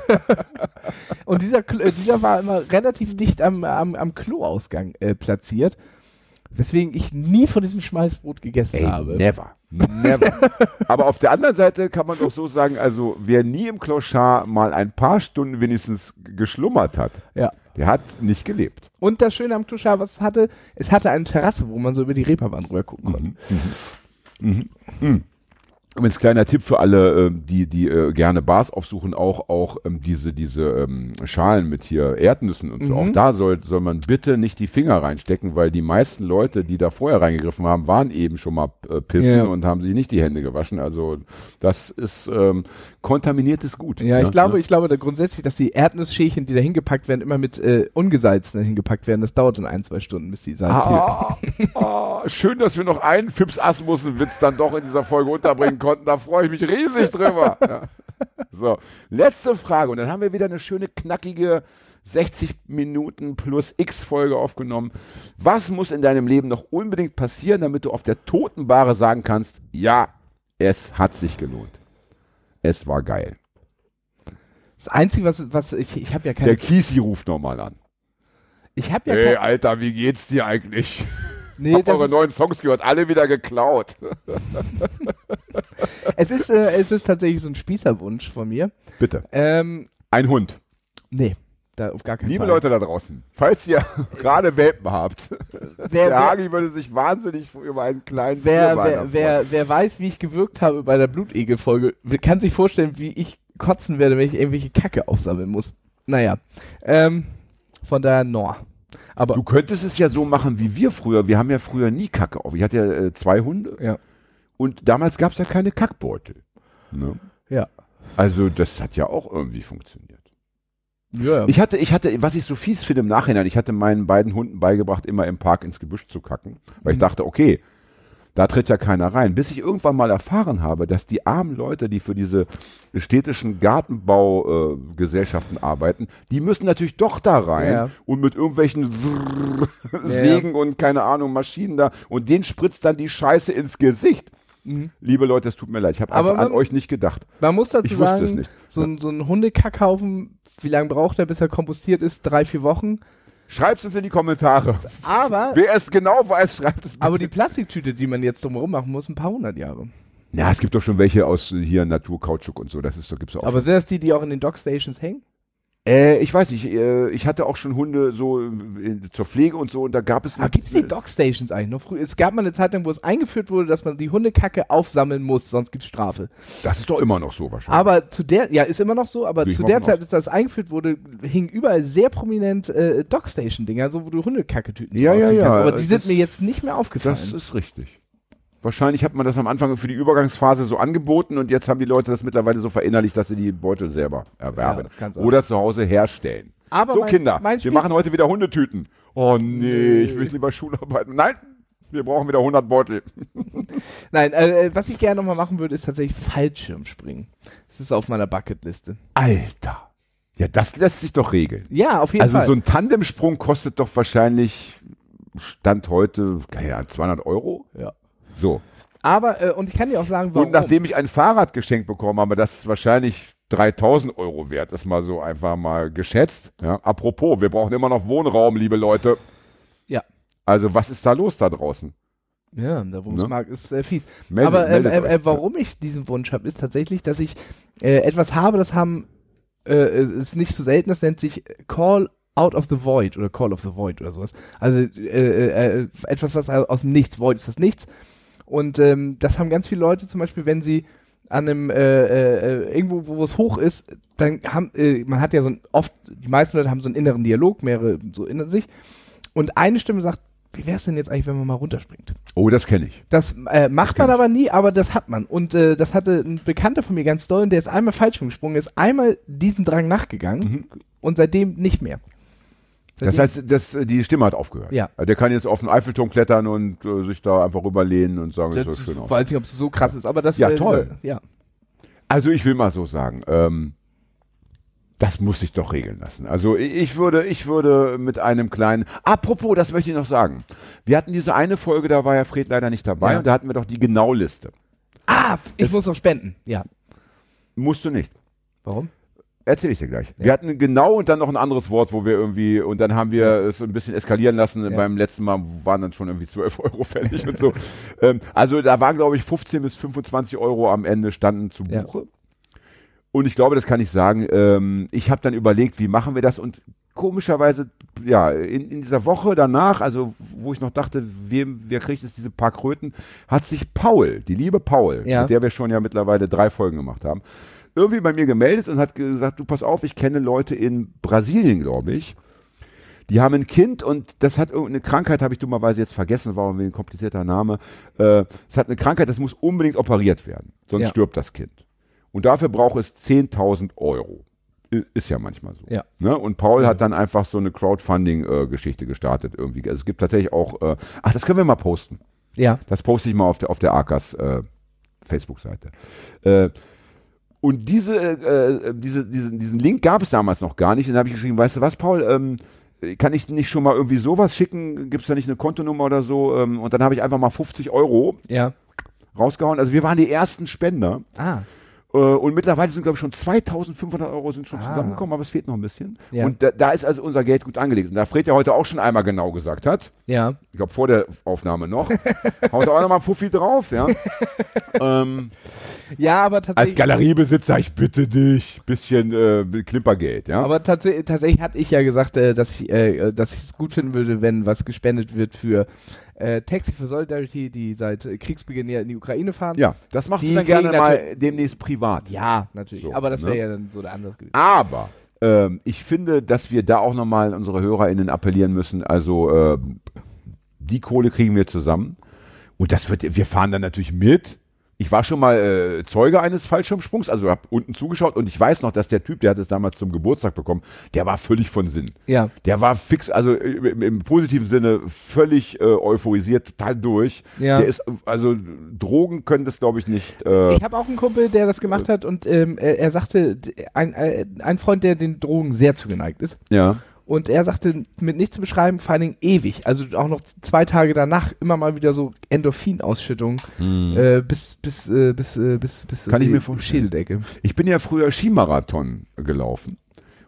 und dieser war immer relativ dicht am Kloausgang platziert. Weswegen ich nie von diesem Schmalzbrot gegessen habe.
Never. Aber auf der anderen Seite kann man doch so sagen, also wer nie im Clochard mal ein paar Stunden wenigstens geschlummert hat, der hat nicht gelebt.
Und das Schöne am Clochard, was es hatte eine Terrasse, wo man so über die Reeperbahn rüber gucken konnte.
Übrigens kleiner Tipp für alle, die gerne Bars aufsuchen, auch diese Schalen mit hier Erdnüssen und so. Auch da soll man bitte nicht die Finger reinstecken, weil die meisten Leute, die da vorher reingegriffen haben, waren eben schon mal pissen und haben sich nicht die Hände gewaschen. Also das ist kontaminiertes Gut.
Ja, ich glaube grundsätzlich, dass die Erdnussschälchen, die da hingepackt werden, immer mit ungesalzen hingepackt werden. Das dauert dann 1-2 Stunden, bis die Salz
schön, dass wir noch einen Fips Asmussen-Witz dann doch in dieser Folge unterbringen konnten. Da freue ich mich riesig drüber. Ja. So, letzte Frage. Und dann haben wir wieder eine schöne, knackige 60 Minuten plus X-Folge aufgenommen. Was muss in deinem Leben noch unbedingt passieren, damit du auf der Totenbahre sagen kannst, ja, es hat sich gelohnt. Es war geil.
Das Einzige, was ich habe ja keine...
Der Kisi ruft nochmal an.
Ich habe ja
hey, Alter, wie geht's dir eigentlich?
Nee,
hab eure neuen Songs gehört, alle wieder geklaut.
Es ist tatsächlich so ein Spießerwunsch von mir.
Bitte. Ein Hund.
Nee, da auf gar keinen
Liebe
Fall.
Leute da draußen, falls ihr gerade Welpen habt, der Hagi würde sich wahnsinnig über einen kleinen Vierbeiner freuen.
Wer weiß, wie ich gewirkt habe bei der Blutegel-Folge, kann sich vorstellen, wie ich kotzen werde, wenn ich irgendwelche Kacke aufsammeln muss. Naja, von daher Aber
du könntest es ja so machen wie wir früher. Wir haben ja früher nie Kacke auf. Ich hatte ja 2 Hunde.
Ja.
Und damals gab es ja keine Kackbeutel. Ne?
Ja.
Also das hat ja auch irgendwie funktioniert.
Ja.
Ich hatte, was ich so fies finde im Nachhinein, ich hatte meinen beiden Hunden beigebracht, immer im Park ins Gebüsch zu kacken. Weil ich dachte, okay, da tritt ja keiner rein. Bis ich irgendwann mal erfahren habe, dass die armen Leute, die für diese städtischen Gartenbaugesellschaften arbeiten, die müssen natürlich doch da rein und mit irgendwelchen Sägen und keine Ahnung, Maschinen da und denen spritzt dann die Scheiße ins Gesicht. Liebe Leute, es tut mir leid, ich habe einfach an euch nicht gedacht.
Man muss dazu sagen, so ein Hundekackhaufen, wie lange braucht er, bis er kompostiert ist? 3-4 Wochen.
Schreibt es in die Kommentare.
Aber,
Wer es genau weiß, schreibt es bitte.
aber die Plastiktüte, die man jetzt drumherum machen muss, ein paar hundert Jahre.
Ja, es gibt doch schon welche aus hier Naturkautschuk und so. Das gibt's auch.
Aber sind das die auch in den Dockstations hängen?
Ich weiß nicht. Ich hatte auch schon Hunde so zur Pflege und so und da gab es.
Aber gibt es die Dockstations eigentlich noch früh? Es gab mal eine Zeit lang, wo es eingeführt wurde, dass man die Hundekacke aufsammeln muss, sonst gibt es Strafe.
Das ist doch immer noch so wahrscheinlich.
Aber ist immer noch so, aber zu der Zeit, als das eingeführt wurde, hingen überall sehr prominent Dockstation-Dinger, so wo du Hundekacke-Tüten
Ja.
kannst. Aber die sind mir jetzt nicht mehr aufgefallen.
Das ist richtig. Wahrscheinlich hat man das am Anfang für die Übergangsphase so angeboten und jetzt haben die Leute das mittlerweile so verinnerlicht, dass sie die Beutel selber erwerben.
Ja, das kann's auch.
Oder zu Hause herstellen.
Aber
so, Kinder,
mein
wir machen heute wieder Hundetüten. Oh nee, ich will lieber Schularbeiten. Nein, wir brauchen wieder 100 Beutel.
Nein, was ich gerne nochmal machen würde, ist tatsächlich Fallschirmspringen. Das ist auf meiner Bucketliste.
Alter. Ja, das lässt sich doch regeln.
Ja, auf jeden Fall.
Also so ein Tandemsprung kostet doch wahrscheinlich Stand heute, keine Ahnung, 200 €?
Ja.
So.
Aber, und ich kann dir auch sagen, warum.
Und nachdem ich ein Fahrrad geschenkt bekommen habe, das wahrscheinlich 3.000 € wert ist, mal so einfach mal geschätzt. Ja, apropos, wir brauchen immer noch Wohnraum, liebe Leute.
Ja.
Also was ist da los da draußen?
Ja, der Wohnungsmarkt ist fies.
Meldet euch.
Warum ich diesen Wunsch habe, ist tatsächlich, dass ich etwas habe, das ist nicht so selten, das nennt sich Call Out of the Void oder Call of the Void oder sowas. Also etwas, was aus dem Nichts, Void ist das Nichts. Und das haben ganz viele Leute, zum Beispiel, wenn sie an einem irgendwo, wo es hoch ist, dann man hat ja die meisten Leute haben so einen inneren Dialog, mehrere so in sich. Und eine Stimme sagt, wie wäre es denn jetzt eigentlich, wenn man mal runterspringt?
Oh, das kenne ich.
Das macht man aber nie, aber das hat man. Und das hatte ein Bekannter von mir ganz doll, und der ist einmal falsch gesprungen, ist einmal diesem Drang nachgegangen und seitdem nicht mehr.
Das heißt, die Stimme hat aufgehört.
Ja.
Also der kann jetzt auf den Eiffelturm klettern und sich da einfach rüberlehnen und sagen,
Das
ist so schön aus.
Ich weiß nicht, ob es so krass ist, aber das
Ja, toll.
Ja.
Also ich will mal so sagen, das muss sich doch regeln lassen. Also ich würde mit einem kleinen, apropos, das möchte ich noch sagen. Wir hatten diese eine Folge, da war ja Fred leider nicht dabei,
Ja.
und da hatten wir doch die Genauliste.
Ich muss noch spenden. Ja.
Musst du nicht.
Warum?
Erzähl ich dir gleich.
Ja.
Wir hatten genau und dann noch ein anderes Wort, wo wir irgendwie, und dann haben wir es ein bisschen eskalieren lassen.
Ja.
Beim letzten Mal waren dann schon irgendwie 12 € fällig und so. Also da waren, glaube ich, 15 bis 25 € am Ende standen zu Buche. Ja. Und ich glaube, das kann ich sagen. Ich habe dann überlegt, wie machen wir das? Und komischerweise, ja, in dieser Woche danach, also wo ich noch dachte, wer kriegt jetzt diese paar Kröten, hat sich Paul, die liebe Paul,
Ja.
mit der wir schon ja mittlerweile 3 Folgen gemacht haben, irgendwie bei mir gemeldet und hat gesagt, du pass auf, ich kenne Leute in Brasilien, glaube ich, die haben ein Kind und das hat irgendeine Krankheit, habe ich dummerweise jetzt vergessen, war irgendwie ein komplizierter Name. Es hat eine Krankheit, das muss unbedingt operiert werden, sonst stirbt das Kind. Und dafür braucht es 10.000 €. Ist ja manchmal so.
Ja.
Ne? Und Paul hat dann einfach so eine Crowdfunding-Geschichte gestartet irgendwie. Also es gibt tatsächlich auch, das können wir mal posten.
Ja.
Das poste ich mal auf der Arkas Facebook-Seite. Und diesen Link gab es damals noch gar nicht. Und dann habe ich geschrieben, weißt du was, Paul, kann ich nicht schon mal irgendwie sowas schicken? Gibt es da nicht eine Kontonummer oder so? Und dann habe ich einfach mal 50 €
Ja.
rausgehauen. Also wir waren die ersten Spender. Und mittlerweile sind, glaube ich, schon 2.500 € sind schon zusammengekommen, aber es fehlt noch ein bisschen.
Ja.
Und da ist also unser Geld gut angelegt. Und da Fred ja heute auch schon einmal genau gesagt hat,
Ja.
ich glaube vor der Aufnahme noch, haut auch nochmal Fuffi drauf, ja.
Ja, aber
Als
tatsächlich.
Galeriebesitzer, ich bitte dich, bisschen Klimpergeld, ja.
Aber tatsächlich hatte ich ja gesagt, dass ich es gut finden würde, wenn was gespendet wird für Taxi for Solidarity, die seit Kriegsbeginn ja in die Ukraine fahren.
Ja, das machst
Die
du dann gerne
kriegen
mal demnächst privat.
Ja, natürlich.
So,
aber das wäre
ne?
ja dann so der Ansatz gewesen.
Aber ich finde, dass wir da auch nochmal unsere HörerInnen appellieren müssen. Also die Kohle kriegen wir zusammen. Und wir fahren dann natürlich mit. Ich war schon mal Zeuge eines Fallschirmsprungs, also habe unten zugeschaut und ich weiß noch, dass der Typ, der hat es damals zum Geburtstag bekommen, der war völlig von Sinn.
Ja.
Der war fix, also im positiven Sinne völlig euphorisiert, total durch.
Ja.
Der ist, also Drogen können das, glaube ich, nicht.
Ich habe auch einen Kumpel, der das gemacht hat und er sagte, ein Freund, der den Drogen sehr zugeneigt ist.
Ja.
Und er sagte, mit nichts zu beschreiben, vor allen Dingen ewig. Also auch noch 2 Tage danach immer mal wieder so Endorphinausschüttung bis
Kann ich mir vorstellen.
Schädeldecke.
Ich bin ja früher Skimarathon gelaufen.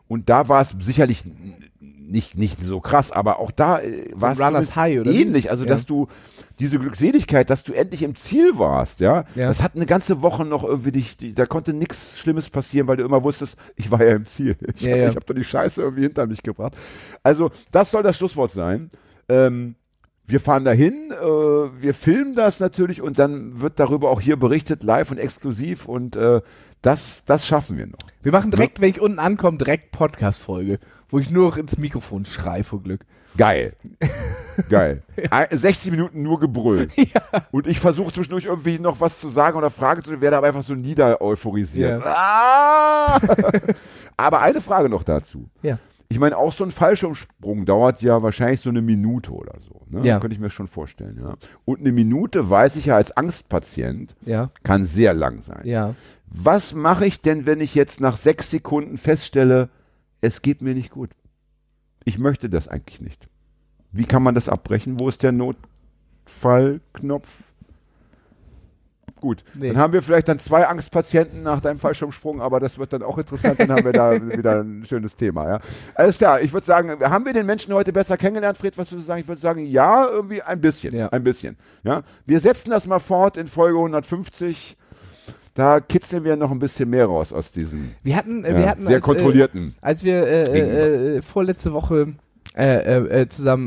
Und da war es sicherlich nicht so krass, aber auch da war es
Runners High, oder
ähnlich. Also, dass du diese Glückseligkeit, dass du endlich im Ziel warst, ja. Das hat eine ganze Woche noch irgendwie da konnte nichts Schlimmes passieren, weil du immer wusstest, ich war ja im Ziel. Ich habe doch die Scheiße irgendwie hinter mich gebracht. Also, das soll das Schlusswort sein. Wir fahren dahin, wir filmen das natürlich und dann wird darüber auch hier berichtet, live und exklusiv und das schaffen wir noch.
Wir machen direkt, wenn ich unten ankomme, direkt Podcast-Folge, wo ich nur noch ins Mikrofon schreie vor Glück.
Geil. Geil. 60 Minuten nur Gebrüll. Ja. Und ich versuche zwischendurch irgendwie noch was zu sagen oder Frage zu stellen, werde aber einfach so nieder-euphorisiert.
Ja.
Ah! Aber eine Frage noch dazu.
Ja.
Ich meine, auch so ein Fallschirmsprung dauert ja wahrscheinlich so eine Minute oder so. Ne?
Ja.
Könnte ich mir schon vorstellen. Ja. Und eine Minute, weiß ich ja als Angstpatient, kann sehr lang sein.
Ja.
Was mache ich denn, wenn ich jetzt nach 6 Sekunden feststelle, es geht mir nicht gut? Ich möchte das eigentlich nicht. Wie kann man das abbrechen? Wo ist der Notfallknopf? Gut, dann haben wir vielleicht dann 2 Angstpatienten nach deinem Fallschirmsprung, aber das wird dann auch interessant, dann haben wir da wieder ein schönes Thema. Ja. Alles klar, ich würde sagen, haben wir den Menschen heute besser kennengelernt, Fred, was würdest du sagen? Ich würde sagen, ja, irgendwie ein bisschen. Ja. Wir setzen das mal fort in Folge 150. Da kitzeln wir noch ein bisschen mehr raus aus diesen
wir hatten
sehr kontrollierten.
Als wir vorletzte Woche zusammen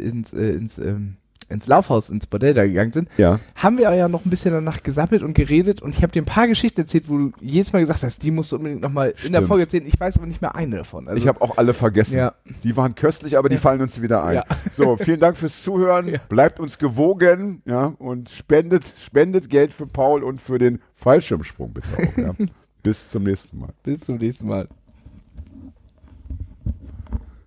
ins Laufhaus, ins Bordell da gegangen sind, haben wir ja noch ein bisschen danach gesammelt und geredet und ich habe dir ein paar Geschichten erzählt, wo du jedes Mal gesagt hast, die musst du unbedingt nochmal in der Folge erzählen. Ich weiß aber nicht mehr eine davon. Also,
ich habe auch alle vergessen. Ja. Die waren köstlich, aber die fallen uns wieder ein. Ja. So, vielen Dank fürs Zuhören. Ja. Bleibt uns gewogen, und spendet Geld für Paul und für den Fallschirmsprung bitte auch. Ja. Bis zum nächsten Mal.
Bis zum nächsten Mal.